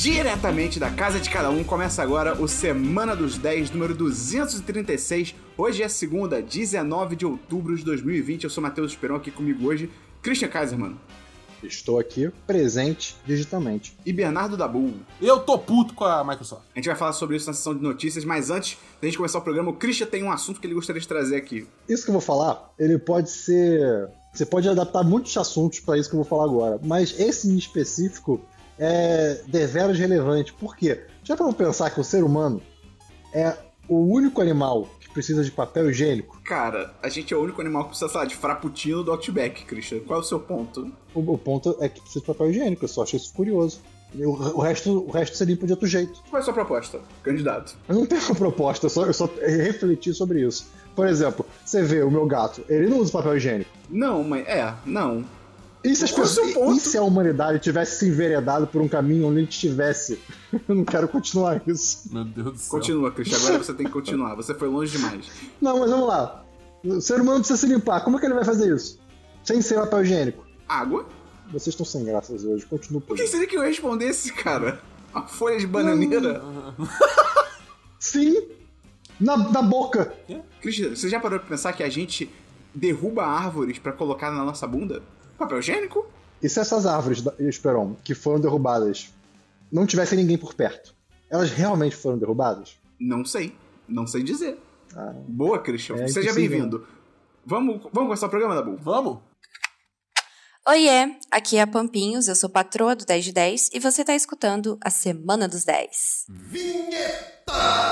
Diretamente da casa de cada um, começa agora o Semana dos 10, número 236. Hoje é segunda, 19 de outubro de 2020. Eu sou Matheus Esperon, aqui comigo hoje, Christian Kaiserman. Estou aqui, presente digitalmente. E Bernardo Dabu. Eu tô puto com a Microsoft. A gente vai falar sobre isso na sessão de notícias, mas antes da gente começar o programa, o Christian tem um assunto que ele gostaria de trazer aqui. Isso que eu vou falar, ele pode ser... Você pode adaptar muitos assuntos para isso que eu vou falar agora, mas esse em específico é deveras relevante. Por quê? Já para pensar que o ser humano é o único animal que precisa de papel higiênico? Cara, a gente é o único animal que precisa, sei lá, de frappuccino do Outback, Christian. Qual é o seu ponto? O ponto é que precisa de papel higiênico, eu só achei isso curioso. O resto você limpa de outro jeito. Qual é a sua proposta, candidato? Eu não tenho uma proposta, eu só refleti sobre isso. Por exemplo, você vê o meu gato, ele não usa papel higiênico. Não, mas não. E se, e se a humanidade tivesse se enveredado por um caminho onde a gente estivesse? Eu não quero continuar isso. Meu Deus do céu. Continua, Christian, agora você tem que continuar. Você foi longe demais. Não, mas vamos lá. O ser humano precisa se limpar. Como é que ele vai fazer isso? Sem ser papel higiênico. Água? Vocês estão sem graças hoje. Continua. O que seria que eu respondesse, cara? Uma folha de bananeira? Sim. Na boca. Christian, você já parou pra pensar que a gente derruba árvores pra colocar na nossa bunda? Papel higiênico? E se essas árvores, Esperon, que foram derrubadas, não tivesse ninguém por perto? Elas realmente foram derrubadas? Não sei dizer. Boa, Christian. Seja impossível. bem-vindo. Vamos começar o programa, Dabu? Vamos? Oiê, aqui é a Pampinhos, eu sou patroa do 10 de 10 e você tá escutando a Semana dos 10. Vinheta!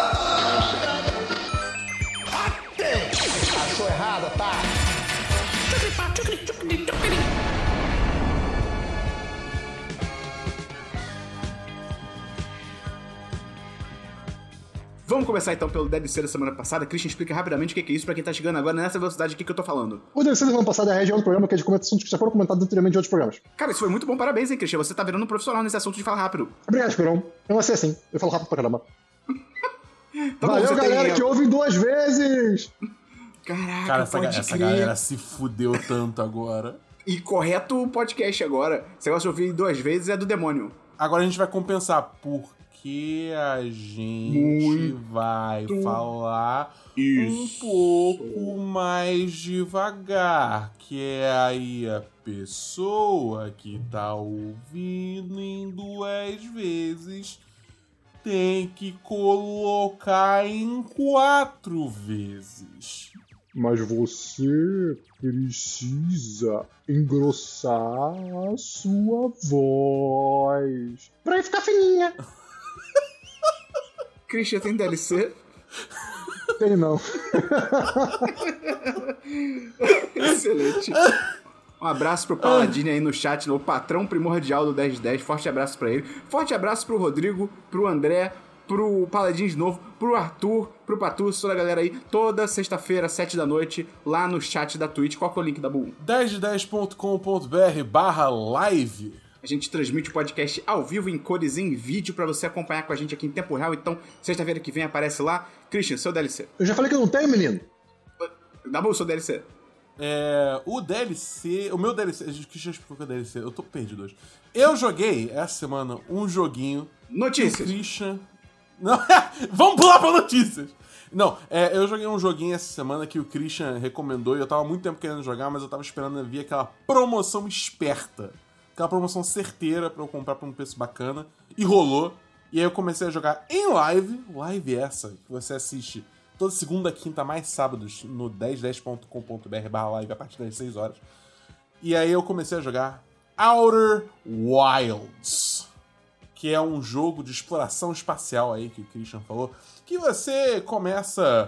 Achou errado, tá? Vamos começar então pelo DLC da semana passada. Christian, explica rapidamente o que é isso pra quem tá chegando agora nessa velocidade aqui que eu tô falando. O DLC da semana passada é a região do programa que a gente comenta assuntos que já foram comentados anteriormente em outros programas. Cara, isso foi muito bom, parabéns, hein, Christian? Você tá virando um profissional nesse assunto de falar rápido. Obrigado, Esperon. Eu vou ser assim. Eu falo rápido pra caramba. Tá bom, Valeu, você galera, tem... que ouvem 2 vezes! Caraca, Cara, pode essa crer. galera se fudeu tanto agora. E correto o podcast agora. Esse negócio de ouvir 2 vezes é do demônio. Agora a gente vai compensar porque a gente vai falar Isso. um pouco mais devagar, que é aí a pessoa que tá ouvindo em 2 vezes tem que colocar em 4 vezes. Mas você precisa engrossar a sua voz pra ficar fininha. Christian, tem DLC? Tem não. Excelente. Um abraço pro Paladini aí no chat, o patrão primordial do 1010. Forte abraço pra ele. Forte abraço pro Rodrigo, pro André, pro Paladins de novo, pro Arthur, pro Patus, toda a galera aí. Toda sexta-feira, 7 da noite, lá no chat da Twitch. Qual que é o link da Bull? 10de10.com.br/live. A gente transmite o podcast ao vivo, em cores, em vídeo, pra você acompanhar com a gente aqui em tempo real. Então, sexta-feira que vem aparece lá. Christian, seu DLC. Eu já falei que eu não tenho, menino. Dabu, seu DLC. O DLC... O meu DLC... A gente já explicou que é o DLC. Eu tô perdido hoje. Eu joguei, essa semana, um joguinho... Notícias. Que o Christian... Não, vamos pular pra notícias! Não, eu joguei um joguinho essa semana que o Christian recomendou e eu tava há muito tempo querendo jogar, mas eu tava esperando vir aquela promoção esperta. Aquela promoção certeira pra eu comprar por um preço bacana. E rolou. E aí eu comecei a jogar em live. Live essa, que você assiste toda segunda, quinta, mais sábados no 1010.com.br/live a partir das 6 horas. E aí eu comecei a jogar Outer Wilds, que é um jogo de exploração espacial aí que o Christian falou, que você começa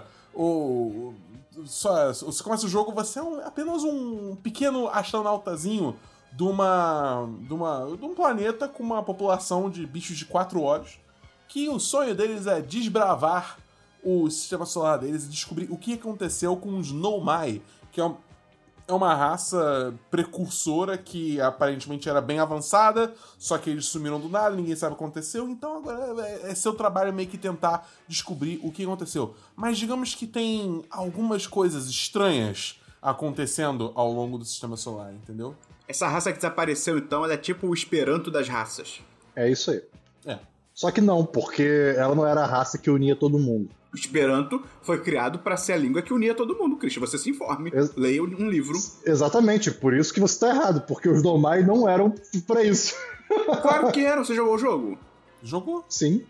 você começa o jogo, você é apenas um pequeno astronautazinho de um planeta com uma população de bichos de 4 olhos, que o sonho deles é desbravar o sistema solar deles e descobrir o que aconteceu com os Nomai, que é uma raça precursora que aparentemente era bem avançada, só que eles sumiram do nada, ninguém sabe o que aconteceu, então agora é seu trabalho meio que tentar descobrir o que aconteceu. Mas digamos que tem algumas coisas estranhas acontecendo ao longo do sistema solar, entendeu? Essa raça que desapareceu, então, ela é tipo o Esperanto das raças. É isso aí. Só que não, porque ela não era a raça que unia todo mundo. O Esperanto foi criado para ser a língua que unia todo mundo, Christian. Você se informe. Leia um livro. Exatamente, por isso que você tá errado, porque os Nomai não eram pra isso. Claro que era. Você jogou o jogo? Jogou? Sim.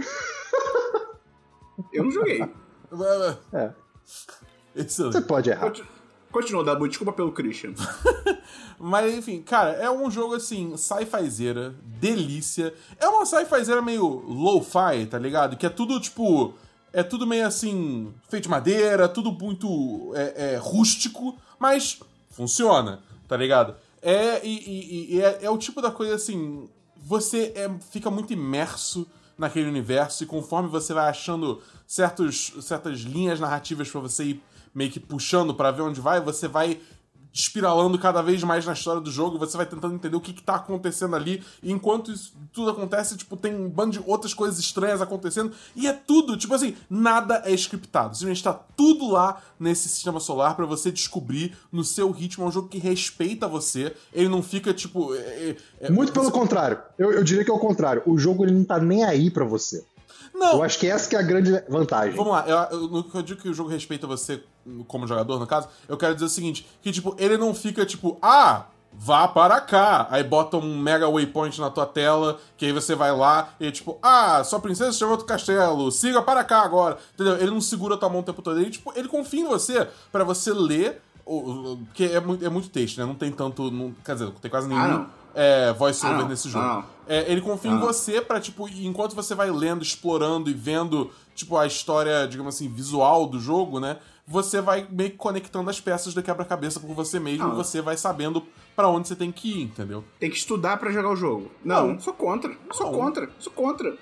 Eu não joguei. É. Excelente. Você pode errar. Continua, Dabu. Desculpa pelo Christian. Mas, enfim, cara, é um jogo, assim, sci-fizeira, delícia. É uma sci-fizeira meio lo-fi, tá ligado? Que é tudo, tipo... É tudo meio, assim, feito de madeira, tudo muito rústico, mas funciona, tá ligado? É o tipo da coisa, assim... Você fica muito imerso naquele universo e conforme você vai achando certas linhas narrativas pra você ir meio que puxando pra ver onde vai, você vai espiralando cada vez mais na história do jogo, você vai tentando entender o que tá acontecendo ali, e enquanto isso tudo acontece, tipo, tem um bando de outras coisas estranhas acontecendo, e é tudo, tipo assim, nada é scriptado, simplesmente tá tudo lá nesse sistema solar pra você descobrir no seu ritmo. É um jogo que respeita você, ele não fica, tipo... Muito pelo contrário, eu diria que é o contrário, o jogo ele não tá nem aí pra você. Não. Eu acho que essa que é a grande vantagem. Vamos lá, no que eu digo que o jogo respeita você como jogador, no caso, eu quero dizer o seguinte, que, tipo, ele não fica, tipo, vá para cá, aí bota um mega waypoint na tua tela, que aí você vai lá e, tipo, sua princesa chegou outro castelo, siga para cá agora, entendeu? Ele não segura a tua mão o tempo todo, ele, tipo, ele confia em você pra você ler, porque é muito texto, né? Não tem tanto, quer dizer, não tem quase nenhum voice-over nesse jogo. Ele confia em você pra, tipo, enquanto você vai lendo, explorando e vendo, tipo, a história, digamos assim, visual do jogo, né? Você vai meio que conectando as peças do quebra-cabeça por você mesmo e você vai sabendo pra onde você tem que ir, entendeu? Tem que estudar pra jogar o jogo. Não, sou contra. Sou contra.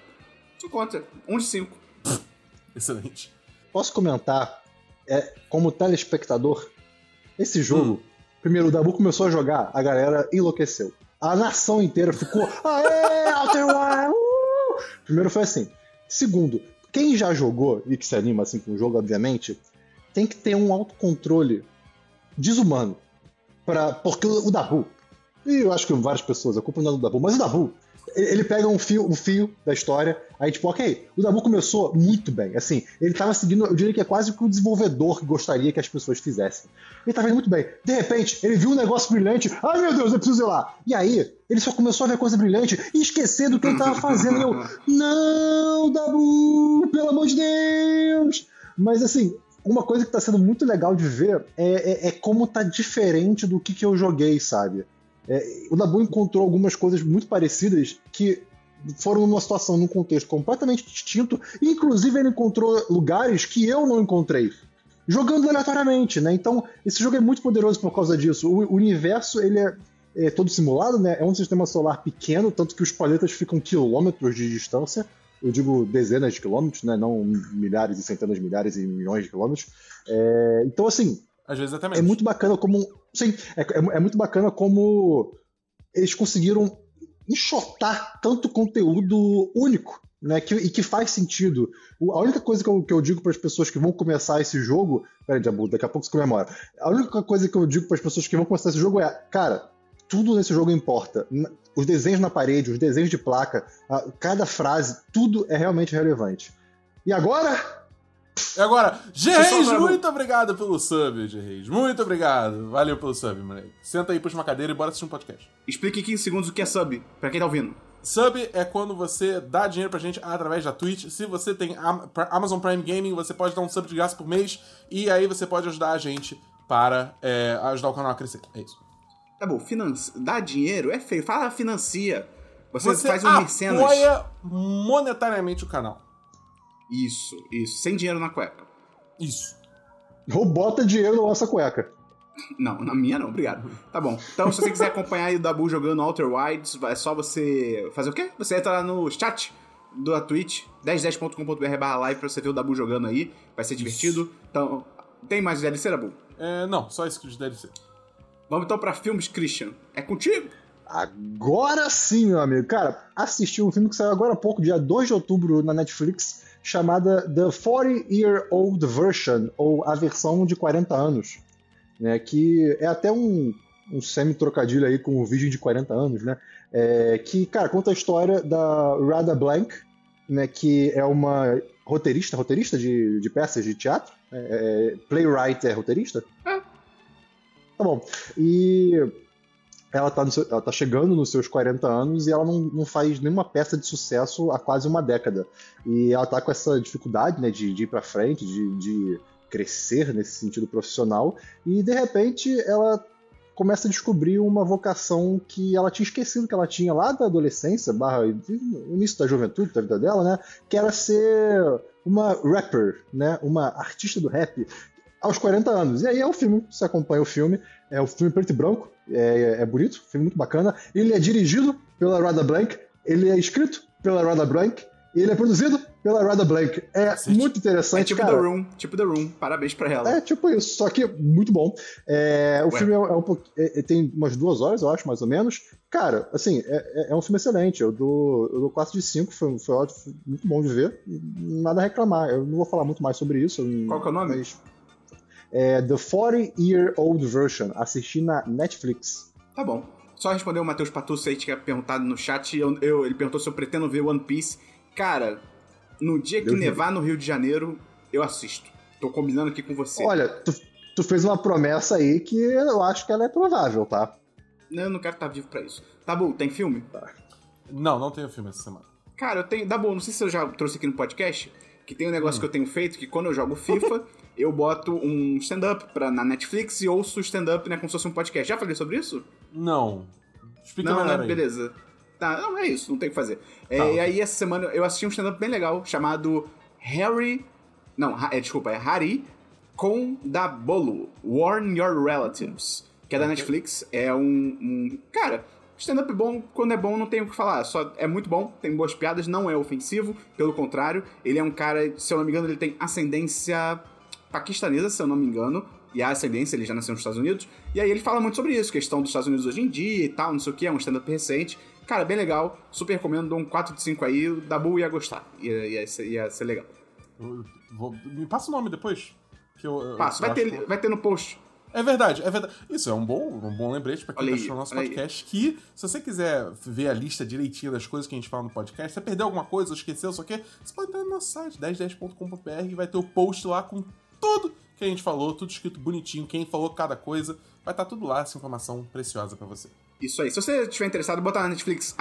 1 de 5. Excelente. Posso comentar, como telespectador, esse jogo, primeiro o Dabu começou a jogar, a galera enlouqueceu. A nação inteira ficou, aê, Outer Wilds! Primeiro foi assim. Segundo, quem já jogou, e que se anima assim com o jogo, obviamente, tem que ter um autocontrole desumano. Porque o Dabu, e eu acho que várias pessoas, a culpa não é do Dabu, mas o Dabu, ele pega um fio da história, aí tipo, ok, o Dabu começou muito bem, assim, ele tava seguindo, eu diria que é quase o que o desenvolvedor gostaria que as pessoas fizessem. Ele tava indo muito bem. De repente, ele viu um negócio brilhante, ai meu Deus, eu preciso ir lá. E aí, ele só começou a ver coisa brilhante e esquecer do que ele tava fazendo. E eu, não, Dabu, pelo amor de Deus! Mas assim, uma coisa que tá sendo muito legal de ver é como tá diferente do que eu joguei, sabe? O Dabu encontrou algumas coisas muito parecidas que foram numa situação, num contexto completamente distinto, e inclusive ele encontrou lugares que eu não encontrei, jogando aleatoriamente, né? Então, esse jogo é muito poderoso por causa disso. O universo, ele é todo simulado, né? É um sistema solar pequeno, tanto que os planetas ficam quilômetros de distância, eu digo dezenas de quilômetros, né? Não milhares e centenas de milhares e milhões de quilômetros. Então, assim, às vezes até menos. É muito bacana como... Sim, é muito bacana como eles conseguiram enxotar tanto conteúdo único, né? E que faz sentido. A única coisa que eu digo para as pessoas que vão começar esse jogo... Peraí, Diabo, daqui a pouco você comemora. A única coisa que eu digo para as pessoas que vão começar esse jogo cara, tudo nesse jogo importa. Os desenhos na parede, os desenhos de placa, cada frase, tudo é realmente relevante. E agora... G-Reis, muito obrigado pelo sub, G-Reis. Muito obrigado. Valeu pelo sub, moleque. Senta aí, puxa uma cadeira e bora assistir um podcast. Explique em 15 segundos o que é sub, pra quem tá ouvindo. Sub é quando você dá dinheiro pra gente através da Twitch. Se você tem Amazon Prime Gaming, você pode dar um sub de graça por mês. E aí você pode ajudar a gente para ajudar o canal a crescer. É isso. Tá bom, dar dinheiro é feio. Fala financia. Você faz um mecenas. Apoia monetariamente o canal. Isso. Sem dinheiro na cueca. Isso. Ou bota dinheiro na nossa cueca. Não, na minha não, obrigado. Tá bom. Então, se você quiser acompanhar aí o Dabu jogando Outer Wilds, é só você fazer o quê? Você entra lá no chat da Twitch, 1010.com.br/live pra você ver o Dabu jogando aí. Vai ser divertido. Então, tem mais DLC, Dabu? Não, só isso de DLC. Vamos então pra filmes, Christian. É contigo? Agora sim, meu amigo. Cara, assisti um filme que saiu agora há pouco, dia 2 de outubro, na Netflix, chamada The 40-Year-Old Version, ou a versão de 40 anos, né? Que é até um semi-trocadilho aí com o vídeo de 40 anos, né? Que, cara, conta a história da Radha Blank, né, que é uma roteirista de peças de teatro. Playwright é roteirista? É. Tá bom. E ela tá chegando nos seus 40 anos e ela não faz nenhuma peça de sucesso há quase uma década. E ela tá com essa dificuldade, né, de ir pra frente, de crescer nesse sentido profissional. E, de repente, ela começa a descobrir uma vocação que ela tinha esquecido que ela tinha lá da adolescência, início da juventude da vida dela, né? Que era ser uma rapper, né? Uma artista do rap aos 40 anos. E aí é o filme, você acompanha o filme, é um filme preto e branco, é bonito, filme muito bacana. Ele é dirigido pela Radha Blank, ele é escrito pela Radha Blank, e ele é produzido pela Radha Blank. É muito interessante, tipo cara. Tipo The Room. Parabéns pra ela. É tipo isso, só que muito bom. O filme tem umas 2 horas, eu acho, mais ou menos. Cara, assim, é um filme excelente. Eu dou 4 de 5, foi ótimo, muito bom de ver. Nada a reclamar. Eu não vou falar muito mais sobre isso. Qual que é o nome? Mas, The 40-Year-Old Version. Assisti na Netflix. Tá bom. Só responder o Matheus Patucci aí, que tinha perguntado no chat. Ele perguntou se eu pretendo ver One Piece. Cara, no dia que nevar no Rio de Janeiro, eu assisto. Tô combinando aqui com você. Olha, tu fez uma promessa aí que eu acho que ela é provável, tá? Eu não quero estar vivo pra isso. Dabu, tem filme? Tá. Não tenho filme essa semana. Cara, eu tenho... Dabu, não sei se eu já trouxe aqui no podcast, que tem um negócio que eu tenho feito, que quando eu jogo FIFA, eu boto um stand-up na Netflix e ouço o stand-up, né, como se fosse um podcast. Já falei sobre isso? Não. Explica melhor aí. Beleza. Tá, não, é isso, não tem o que fazer. E aí, essa semana, eu assisti um stand-up bem legal, chamado Harry com Dabolo, Warn Your Relatives, que é da Netflix. É cara, stand-up bom, quando é bom não tem o que falar, só é muito bom, tem boas piadas, não é ofensivo, pelo contrário, ele é um cara, se eu não me engano, ele tem ascendência paquistanesa, se eu não me engano, e a ascendência, ele já nasceu nos Estados Unidos, e aí ele fala muito sobre isso, questão dos Estados Unidos hoje em dia e tal, não sei o que, é um stand-up recente. Cara, bem legal, super recomendo, dou um 4 de 5 aí, o Dabu ia gostar, ia ser legal. Me passa o nome depois. Que eu Passo, vai ter no post. É verdade. Isso é um bom lembrete pra quem tá assistindo o nosso podcast, que se você quiser ver a lista direitinho das coisas que a gente fala no podcast, você perdeu alguma coisa, ou esqueceu, só que você pode entrar no nosso site, 1010.com.br, e vai ter o post lá com tudo que a gente falou, tudo escrito bonitinho, quem falou cada coisa, vai estar tudo lá, essa informação preciosa pra você. Isso aí. Se você estiver interessado, bota na Netflix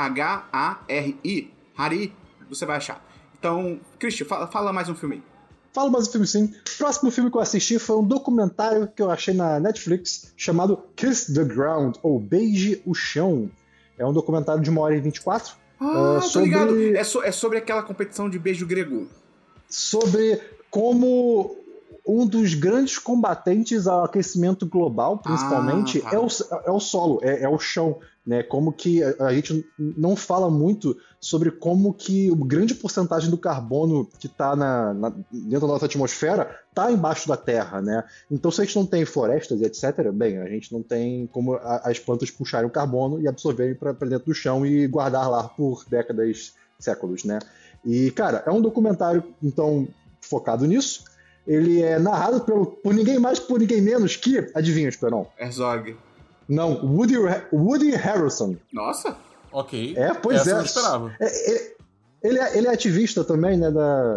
Hari, você vai achar. Então, Christian, fala mais um filme aí. Fala mais um filme, sim. O próximo filme que eu assisti foi um documentário que eu achei na Netflix chamado Kiss the Ground, ou Beije o Chão. É um documentário de 1h24. Tô ligado. É sobre aquela competição de beijo grego. Sobre como um dos grandes combatentes ao aquecimento global, principalmente, é o solo, é o chão, né? Como que a gente não fala muito sobre como que a grande porcentagem do carbono que está dentro da nossa atmosfera está embaixo da Terra, né? Então, se a gente não tem florestas e etc., bem, a gente não tem como as plantas puxarem o carbono e absorverem para dentro do chão e guardar lá por décadas, séculos, né? E, cara, é um documentário, então, focado nisso. Ele é narrado por ninguém mais, por ninguém menos que... Adivinha, Esperon? Herzog. Não, Woody Harrelson. Nossa! Ok. Pois Essa eu não esperava. Ele é ativista também, né,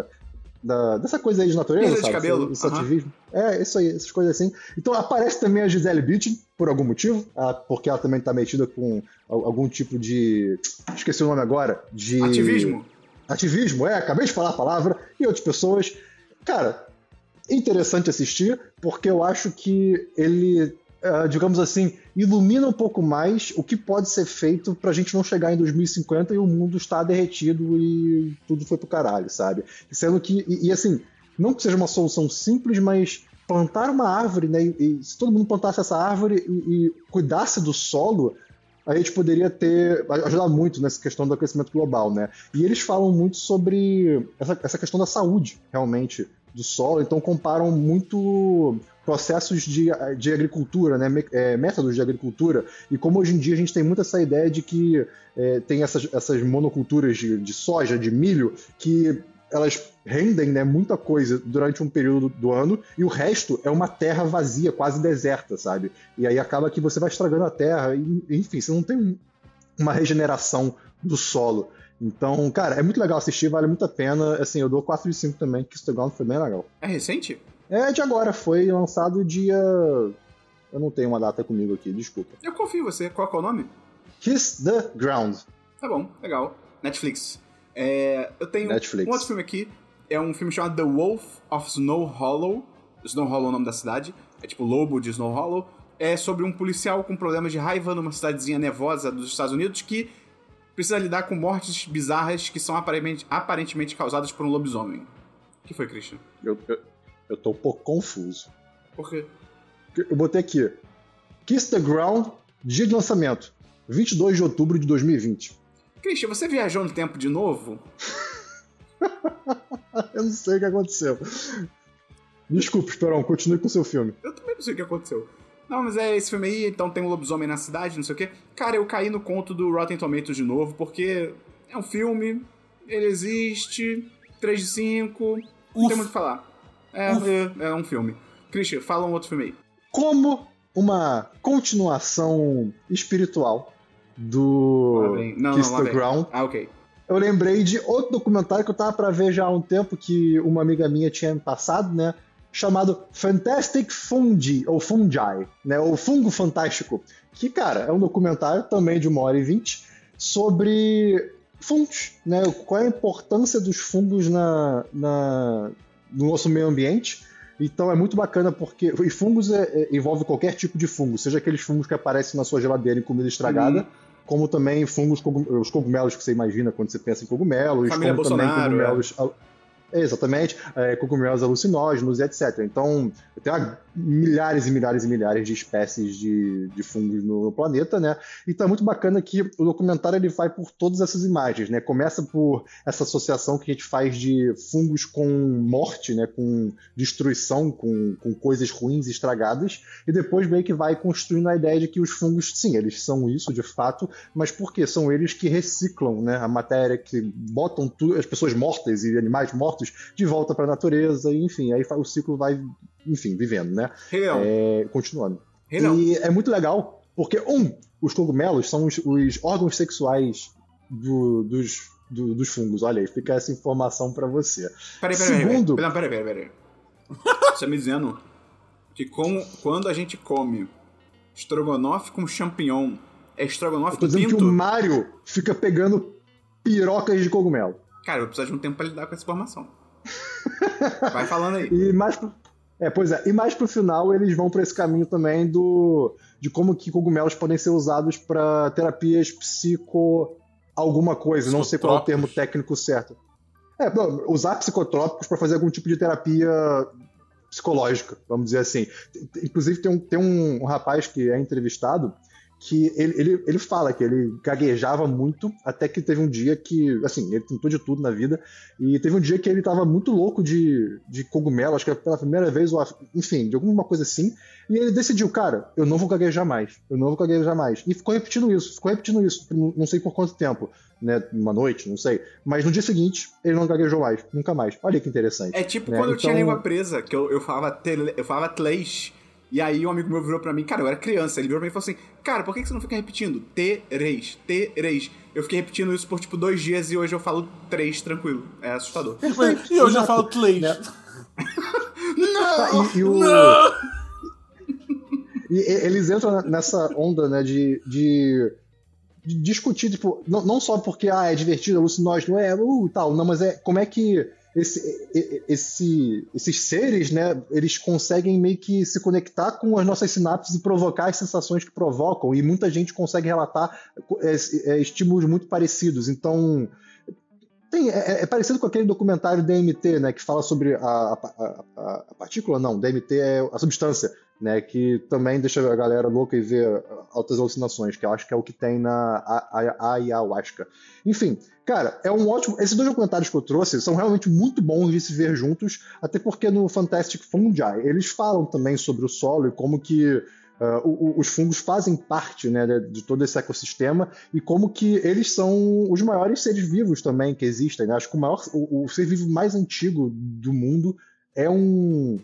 dessa coisa aí de natureza, Perda sabe? de cabelo. Esse ativismo. Isso aí, essas coisas assim. Então aparece também a Gisele Bündchen, por algum motivo, porque ela também tá metida com algum tipo de... Esqueci o nome agora. De... Ativismo, acabei de falar a palavra. E outras pessoas. Cara... Interessante assistir, porque eu acho que ele, digamos assim, ilumina um pouco mais o que pode ser feito pra gente não chegar em 2050 e o mundo está derretido e tudo foi pro caralho, sabe? Sendo que, e assim, não que seja uma solução simples, mas plantar uma árvore, né? E se todo mundo plantasse essa árvore e cuidasse do solo, a gente poderia ajudar muito nessa questão do aquecimento global, né? E eles falam muito sobre essa questão da saúde, realmente, do solo, então comparam muito processos de agricultura, né, métodos de agricultura, e como hoje em dia a gente tem muito essa ideia de que tem essas monoculturas de soja, de milho, que elas rendem, né, muita coisa durante um período do ano, e o resto é uma terra vazia, quase deserta, sabe? E aí acaba que você vai estragando a terra, e, enfim, você não tem uma regeneração do solo. Então, cara, é muito legal assistir, vale muito a pena. Assim, eu dou 4 de 5 também, que Kiss the Ground foi bem legal. É recente? É de agora, foi lançado dia... Eu não tenho uma data comigo aqui, desculpa. Eu confio em você. Qual que é o nome? Kiss the Ground. Tá bom, legal. Netflix. Eu tenho Netflix. um outro filme aqui. É um filme chamado The Wolf of Snow Hollow. Snow Hollow é o nome da cidade. É tipo Lobo de Snow Hollow. É sobre um policial com problemas de raiva numa cidadezinha nevosa dos Estados Unidos que precisa lidar com mortes bizarras que são aparentemente causadas por um lobisomem. O que foi, Christian? Eu tô um pouco confuso. Por quê? Eu botei aqui. Kiss the Ground, dia de lançamento. 22 de outubro de 2020. Christian, você viajou no tempo de novo? Eu não sei o que aconteceu. Desculpa, Esperão, continue com o seu filme. Eu também não sei o que aconteceu. Não, mas é esse filme aí, então tem um lobisomem na cidade, não sei o quê. Cara, eu caí no conto do Rotten Tomatoes de novo, porque é um filme, ele existe, 3 de 5, não tem muito o que falar. É um filme. Christian, fala um outro filme aí. Como uma continuação espiritual do Kiss the Ground, Ah, ok. eu lembrei de outro documentário que eu tava pra ver já há um tempo, que uma amiga minha tinha me passado, né? Chamado Fantastic Fungi, ou Fungi, né? Ou Fungo Fantástico. Que, cara, é um documentário também de 1h20 sobre fungos, né? Qual é a importância dos fungos no nosso meio ambiente. Então é muito bacana porque... E fungos envolve qualquer tipo de fungo, seja aqueles fungos que aparecem na sua geladeira em comida estragada, como também fungos, os cogumelos que você imagina quando você pensa em cogumelos, Família como Bolsonaro, também cogumelos... Exatamente, cogumelos alucinógenos, etc. Então, tem milhares e milhares e milhares de espécies de fungos no planeta, né? Então é muito bacana que o documentário ele vai por todas essas imagens, né? Começa por essa associação que a gente faz de fungos com morte, né? Com destruição, com coisas ruins e estragadas, e depois meio que vai construindo a ideia de que os fungos, sim, eles são isso de fato, mas por quê? São eles que reciclam, né? A matéria, que botam as pessoas mortas e animais mortos de volta para a natureza, e, enfim, aí o ciclo vai, enfim, vivendo, né? Continuando. E é muito legal, porque, os cogumelos são os órgãos sexuais dos fungos. Olha aí, fica essa informação para você. Segundo... Peraí. Você tá me dizendo que quando a gente come estrogonofe com champignon, é estrogonofe com pinto? Eu tô dizendo que o Mario fica pegando pirocas de cogumelo. Cara, eu vou precisar de um tempo pra lidar com essa informação. Vai falando aí. E mais pro final eles vão pra esse caminho também de como que cogumelos podem ser usados pra terapias alguma coisa, não sei qual é o termo técnico certo. Usar psicotrópicos pra fazer algum tipo de terapia psicológica, vamos dizer assim. Inclusive tem um rapaz que é entrevistado que ele fala que ele gaguejava muito, até que teve um dia que, assim, ele tentou de tudo na vida, e teve um dia que ele tava muito louco de cogumelo, acho que era pela primeira vez, ou enfim, de alguma coisa assim, e ele decidiu, cara, eu não vou gaguejar mais, e ficou repetindo isso, não sei por quanto tempo, né, uma noite, não sei, mas no dia seguinte, ele não gaguejou mais, nunca mais. Olha que interessante. É tipo quando eu tinha a língua presa, que eu falava tlês. E aí um amigo meu virou pra mim, cara, eu era criança, ele virou pra mim e falou assim, cara, por que você não fica repetindo? Tereis. Eu fiquei repetindo isso por tipo 2 dias e hoje eu falo 3 tranquilo. É assustador. E hoje eu falo tlês. Né? Não! E eles entram nessa onda, né, de discutir, tipo, não só porque é divertido, alucinógeno, tal, não, mas como é que esses seres, né, eles conseguem meio que se conectar com as nossas sinapses e provocar as sensações que provocam, e muita gente consegue relatar estímulos muito parecidos. Então, é parecido com aquele documentário DMT, né, que fala sobre a partícula, não, DMT é a substância, né, que também deixa a galera louca e vê altas alucinações, que eu acho que é o que tem na ayahuasca. Enfim, cara, é um ótimo... Esses 2 documentários que eu trouxe são realmente muito bons de se ver juntos, até porque no Fantastic Fungi eles falam também sobre o solo e como que os fungos fazem parte, né, de todo esse ecossistema, e como que eles são os maiores seres vivos também que existem, né? Acho que o ser vivo mais antigo do mundo é um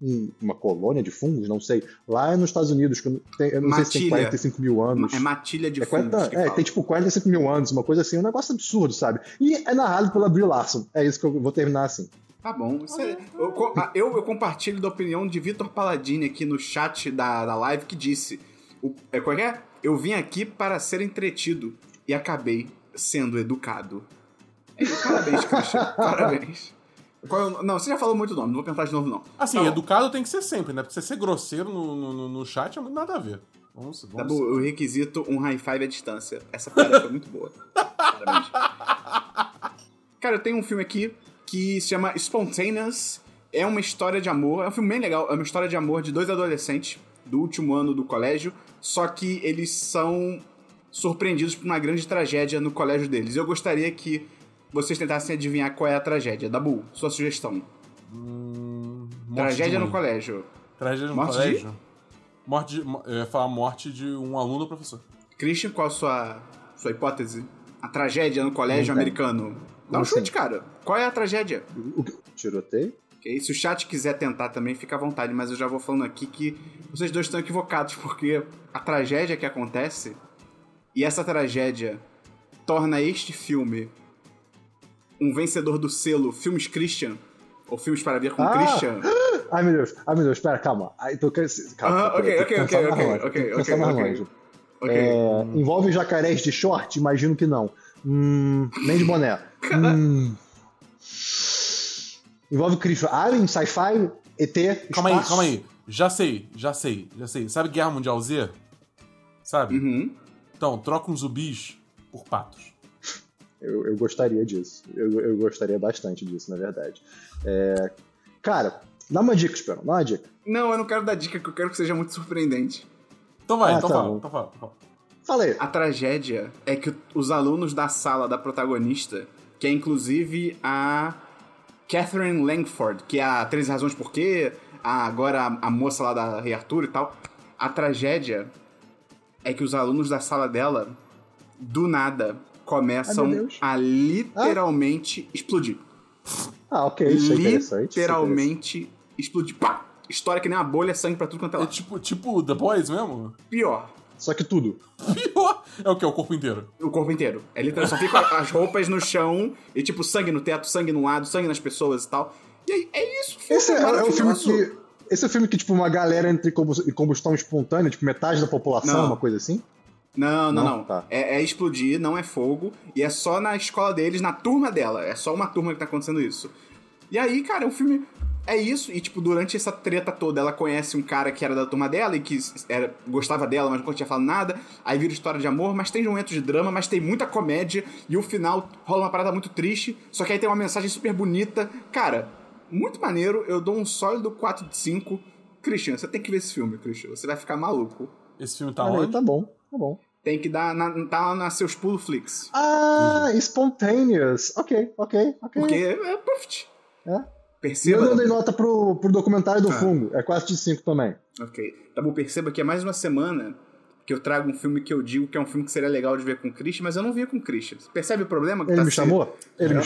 uma colônia de fungos, não sei. Lá nos Estados Unidos, que eu não sei se tem 45 mil anos. É matilha de fungos. Tem tipo 45 mil anos, uma coisa assim, um negócio absurdo, sabe? E é narrado pela Brie Larson. É isso que eu vou terminar assim. Tá bom. Eu compartilho da opinião de Vitor Palladini aqui no chat da live, que disse: qual é? Eu vim aqui para ser entretido e acabei sendo educado. Parabéns, Christian. Parabéns. Não, você já falou muito nome, não vou perguntar de novo, não. Assim, tá educado tem que ser sempre, né? Porque você ser grosseiro no chat é nada a ver. Vamos tá bom, o requisito, um high five à distância. Essa piada foi muito boa. Parabéns. Cara, eu tenho um filme aqui que se chama Spontaneous. É uma história de amor. É um filme bem legal. É uma história de amor de 2 adolescentes do último ano do colégio. Só que eles são surpreendidos por uma grande tragédia no colégio deles. Eu gostaria que vocês tentassem adivinhar qual é a tragédia. Dabu, sua sugestão. Tragédia no colégio. Tragédia no morte colégio? Eu ia falar morte de um aluno ou professor. Christian, qual a sua hipótese? A tragédia no colégio americano. Dá um chute, cara. Qual é a tragédia? Tiroteio? Okay. Se o chat quiser tentar também, fica à vontade. Mas eu já vou falando aqui que vocês dois estão equivocados. Porque a tragédia que acontece... E essa tragédia torna este filme um vencedor do selo Filmes Christian, ou Filmes para Ver com Christian. Ai, meu Deus, espera, calma. Calma. Ok. Envolve jacarés de short? Imagino que não. Nem de boné. Envolve Christian. Alien, sci-fi, ET, espaço. Calma aí. Já sei. Sabe Guerra Mundial Z? Sabe? Uhum. Então, troca uns zumbis por patos. Eu gostaria disso. Eu gostaria bastante disso, na verdade. Cara, dá uma dica, Esperão. Dá uma dica. Não, eu não quero dar dica, que eu quero que seja muito surpreendente. Então vai, tá fala. Fala aí. A tragédia é que os alunos da sala da protagonista, que é inclusive a Catherine Langford, que é a 13 Razões Por Quê, agora a moça lá da Rei Arthur e tal. A tragédia é que os alunos da sala dela, do nada, começam a literalmente explodir. Ok, isso é interessante. Literalmente explodir. Pá! História que nem uma bolha, sangue pra tudo quanto é lá. É tipo The Boys mesmo? Pior. Só que tudo. Pior? É o quê? O corpo inteiro? O corpo inteiro. É literalmente, só fica as roupas no chão e tipo sangue no teto, sangue no lado, sangue nas pessoas e tal. E aí, é isso. Esse é o filme que... Esse é o filme que, tipo, uma galera entra em combustão espontânea, tipo, metade da população, uma coisa assim? Não. Tá. É explodir, não é fogo. E é só na escola deles, na turma dela. É só uma turma que tá acontecendo isso. E aí, cara, o filme é isso. E, tipo, durante essa treta toda, ela conhece um cara que era da turma dela e que gostava dela, mas não tinha falado nada. Aí vira história de amor, mas tem momentos de drama, mas tem muita comédia. E o final rola uma parada muito triste. Só que aí tem uma mensagem super bonita. Cara... Muito maneiro, eu dou um sólido 4 de 5. Christian, você tem que ver esse filme, Christian. Você vai ficar maluco. Esse filme tá onde? Tá bom. Tem que dar, tá lá nas seus pulo Flix. Spontaneous. Ok. Porque é perfect. Perceba. E eu não dei nota pro documentário do fungo. É 4 de 5 também. Ok. Tá bom, perceba que é mais uma semana que eu trago um filme que eu digo que é um filme que seria legal de ver com o Christian, mas eu não via com o Christian. Percebe o problema? Ele me chamou?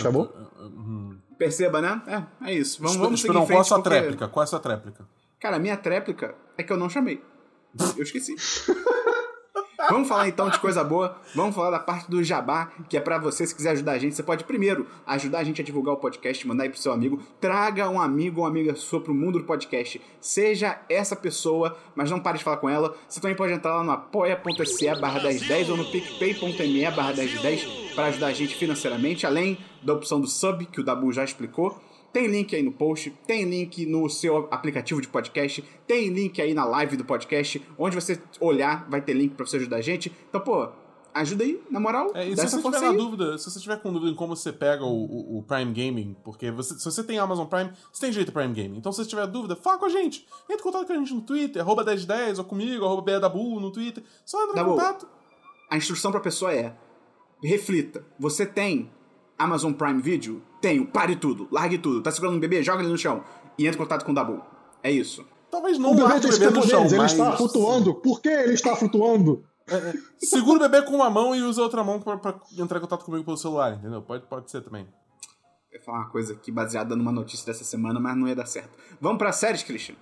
Perceba, né? É isso. Vamos seguir em frente. Qual é a sua tréplica? Qual é a sua tréplica? Cara, a minha tréplica é que eu não chamei. Eu esqueci. Vamos falar então de coisa boa. Vamos falar da parte do jabá, que é pra você, se quiser ajudar a gente. Você pode primeiro ajudar a gente a divulgar o podcast, mandar aí pro seu amigo. Traga um amigo ou uma amiga sua pro mundo do podcast. Seja essa pessoa, mas não pare de falar com ela. Você também pode entrar lá no apoia.se/1010 ou no picpay.me/1010 para ajudar a gente financeiramente, além da opção do sub, que o Dabu já explicou. Tem link aí no post, tem link no seu aplicativo de podcast, tem link aí na live do podcast, onde você olhar vai ter link pra você ajudar a gente. Então, pô, ajuda aí, na moral. E se você tiver dúvida, se você tiver com dúvida em como você pega o Prime Gaming, porque se você tem Amazon Prime, você tem direito a Prime Gaming. Então, se você tiver dúvida, fala com a gente. Entra em contato com a gente no Twitter, @1010, ou comigo, @BDabu no Twitter. Só entra em contato. A instrução pra pessoa é, reflita, você tem Amazon Prime Video? Tenho. Pare tudo. Largue tudo. Tá segurando um bebê? Joga ele no chão. E entre em contato com o Dabu. É isso. Talvez não largue o bebê no chão, mas... Ele está flutuando. Por que ele está flutuando? Segura o bebê com uma mão e usa a outra mão pra entrar em contato comigo pelo celular, entendeu? Pode ser também. Eu ia falar uma coisa aqui baseada numa notícia dessa semana, mas não ia dar certo. Vamos pra séries, Christian?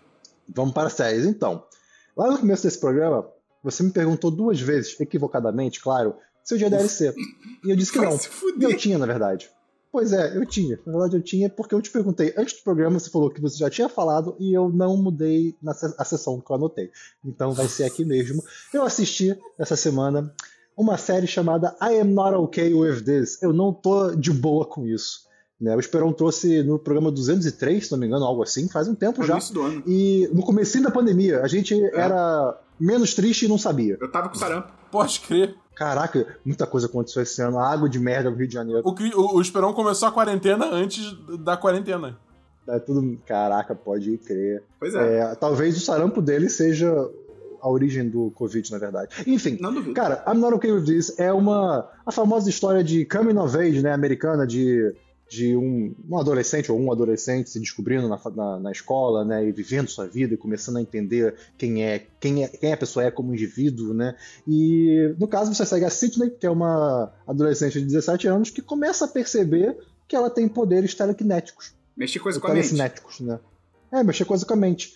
Vamos para as séries. Então, lá no começo desse programa, você me perguntou 2 vezes, equivocadamente, claro, se eu tinha DLC. E eu disse que Vai não. se fuder. E eu tinha, na verdade. Pois é, eu tinha. Na verdade, eu tinha porque eu te perguntei antes do programa, você falou que você já tinha falado e eu não mudei a sessão que eu anotei. Então vai ser aqui mesmo. Eu assisti essa semana uma série chamada I Am Not Okay With This. Eu não tô de boa com isso. Né? O Esperão trouxe no programa 203, se não me engano, algo assim, faz um tempo No já. início do ano. E no comecinho da pandemia, a gente era menos triste e não sabia. Eu tava com sarampo. Pode crer. Caraca, muita coisa aconteceu esse ano. Água de merda no Rio de Janeiro. O Esperão começou a quarentena antes da quarentena. É tudo. Caraca, pode crer. Pois é. Talvez o sarampo dele seja a origem do Covid, na verdade. Enfim, Não duvido. cara, I'm Not Okay With This é a famosa história de coming of age, né, americana, de um adolescente ou um adolescente se descobrindo na escola, né, e vivendo sua vida e começando a entender quem a pessoa é como indivíduo, né, e no caso você segue a Sydney, que é uma adolescente de 17 anos que começa a perceber que ela tem poderes telequinéticos. Mexi coisa com a mente. Telecinéticos, né? Mexer coisa com a mente.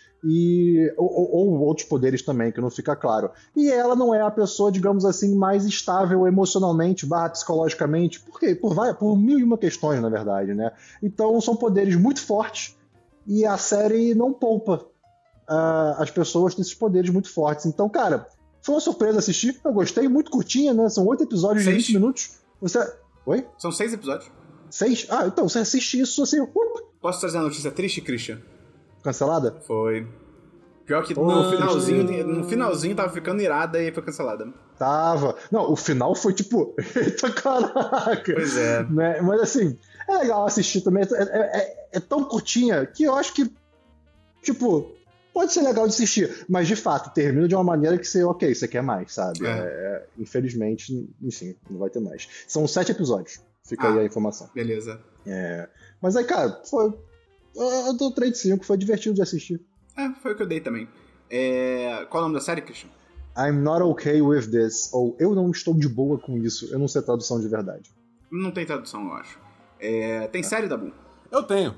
Ou outros poderes também, que não fica claro. E ela não é a pessoa, digamos assim, mais estável emocionalmente, psicologicamente. Por quê? Por mil e uma questões, na verdade, né? Então são poderes muito fortes e a série não poupa as pessoas desses poderes muito fortes. Então, cara, foi uma surpresa assistir. Eu gostei, muito curtinha, né? São 8 episódios de 20 minutos. Oi? São 6 episódios. 6? Ah, então você assiste isso assim... Posso trazer uma notícia triste, Christian? Cancelada? Foi. Pior que Não. no finalzinho tava ficando irada e foi cancelada. Tava. Não, o final foi tipo... Eita, caraca! Pois é. Né? Mas assim, é legal assistir também. É tão curtinha que eu acho que, tipo, pode ser legal de assistir. Mas, de fato, termina de uma maneira que você quer mais, sabe? Infelizmente, enfim, não vai ter mais. São 7 episódios. Fica aí a informação. Beleza. Mas aí, cara, eu dou 3 de 5, foi divertido de assistir. Foi o que eu dei também. Qual é o nome da série, Christian? I'm Not Okay With This, ou Eu Não Estou de Boa Com Isso. Eu não sei a tradução de verdade. Não tem tradução, eu acho. Tem série, Dabu? Eu tenho.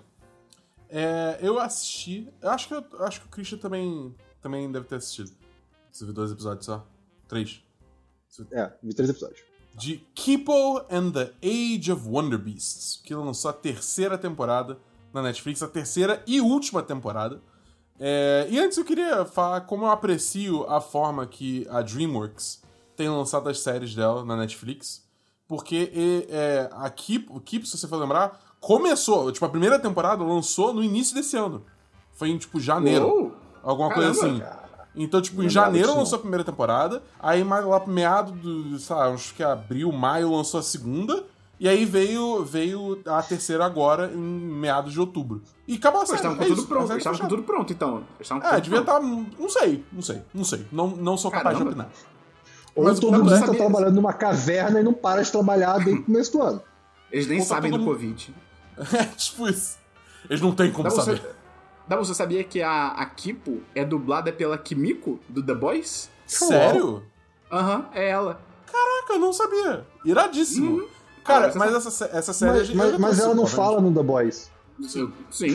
Eu assisti. Eu acho que o Christian também deve ter assistido. Você viu 2 episódios só? 3. Vi 3 episódios. De Kipo and the Age of Wonder Beasts, que lançou a 3ª temporada na Netflix, a 3ª e última temporada. E antes eu queria falar como eu aprecio a forma que a DreamWorks tem lançado as séries dela na Netflix, porque a Kipo, se você for lembrar, começou, tipo, a primeira temporada lançou no início desse ano. Foi em, tipo, janeiro. Alguma coisa assim. Cara. Então, tipo, em Não janeiro lembrava disso, lançou a primeira temporada, aí mais lá pro meado do, sei lá, acho que abril, maio lançou a segunda, e aí veio a 3ª agora em meados de outubro. E acabou a série. Eles estavam com tudo pronto, então. Devia estar... Não sei. Não sou capaz de opinar. Ou Mas todo o mundo problema tá trabalhando numa caverna e não para de trabalhar desde o começo do ano. Eles nem Ou tá sabem todo do mundo- Covid. Tipo isso. Eles não têm como saber. Dabu, você sabia que a Kipo é dublada pela Kimiko, do The Boys? Sério? Aham, é ela. Caraca, eu não sabia. Iradíssimo. Cara, Ah, mas essa série... eu já Mas ela trouxe, não obviamente. fala no The Boys. Sim.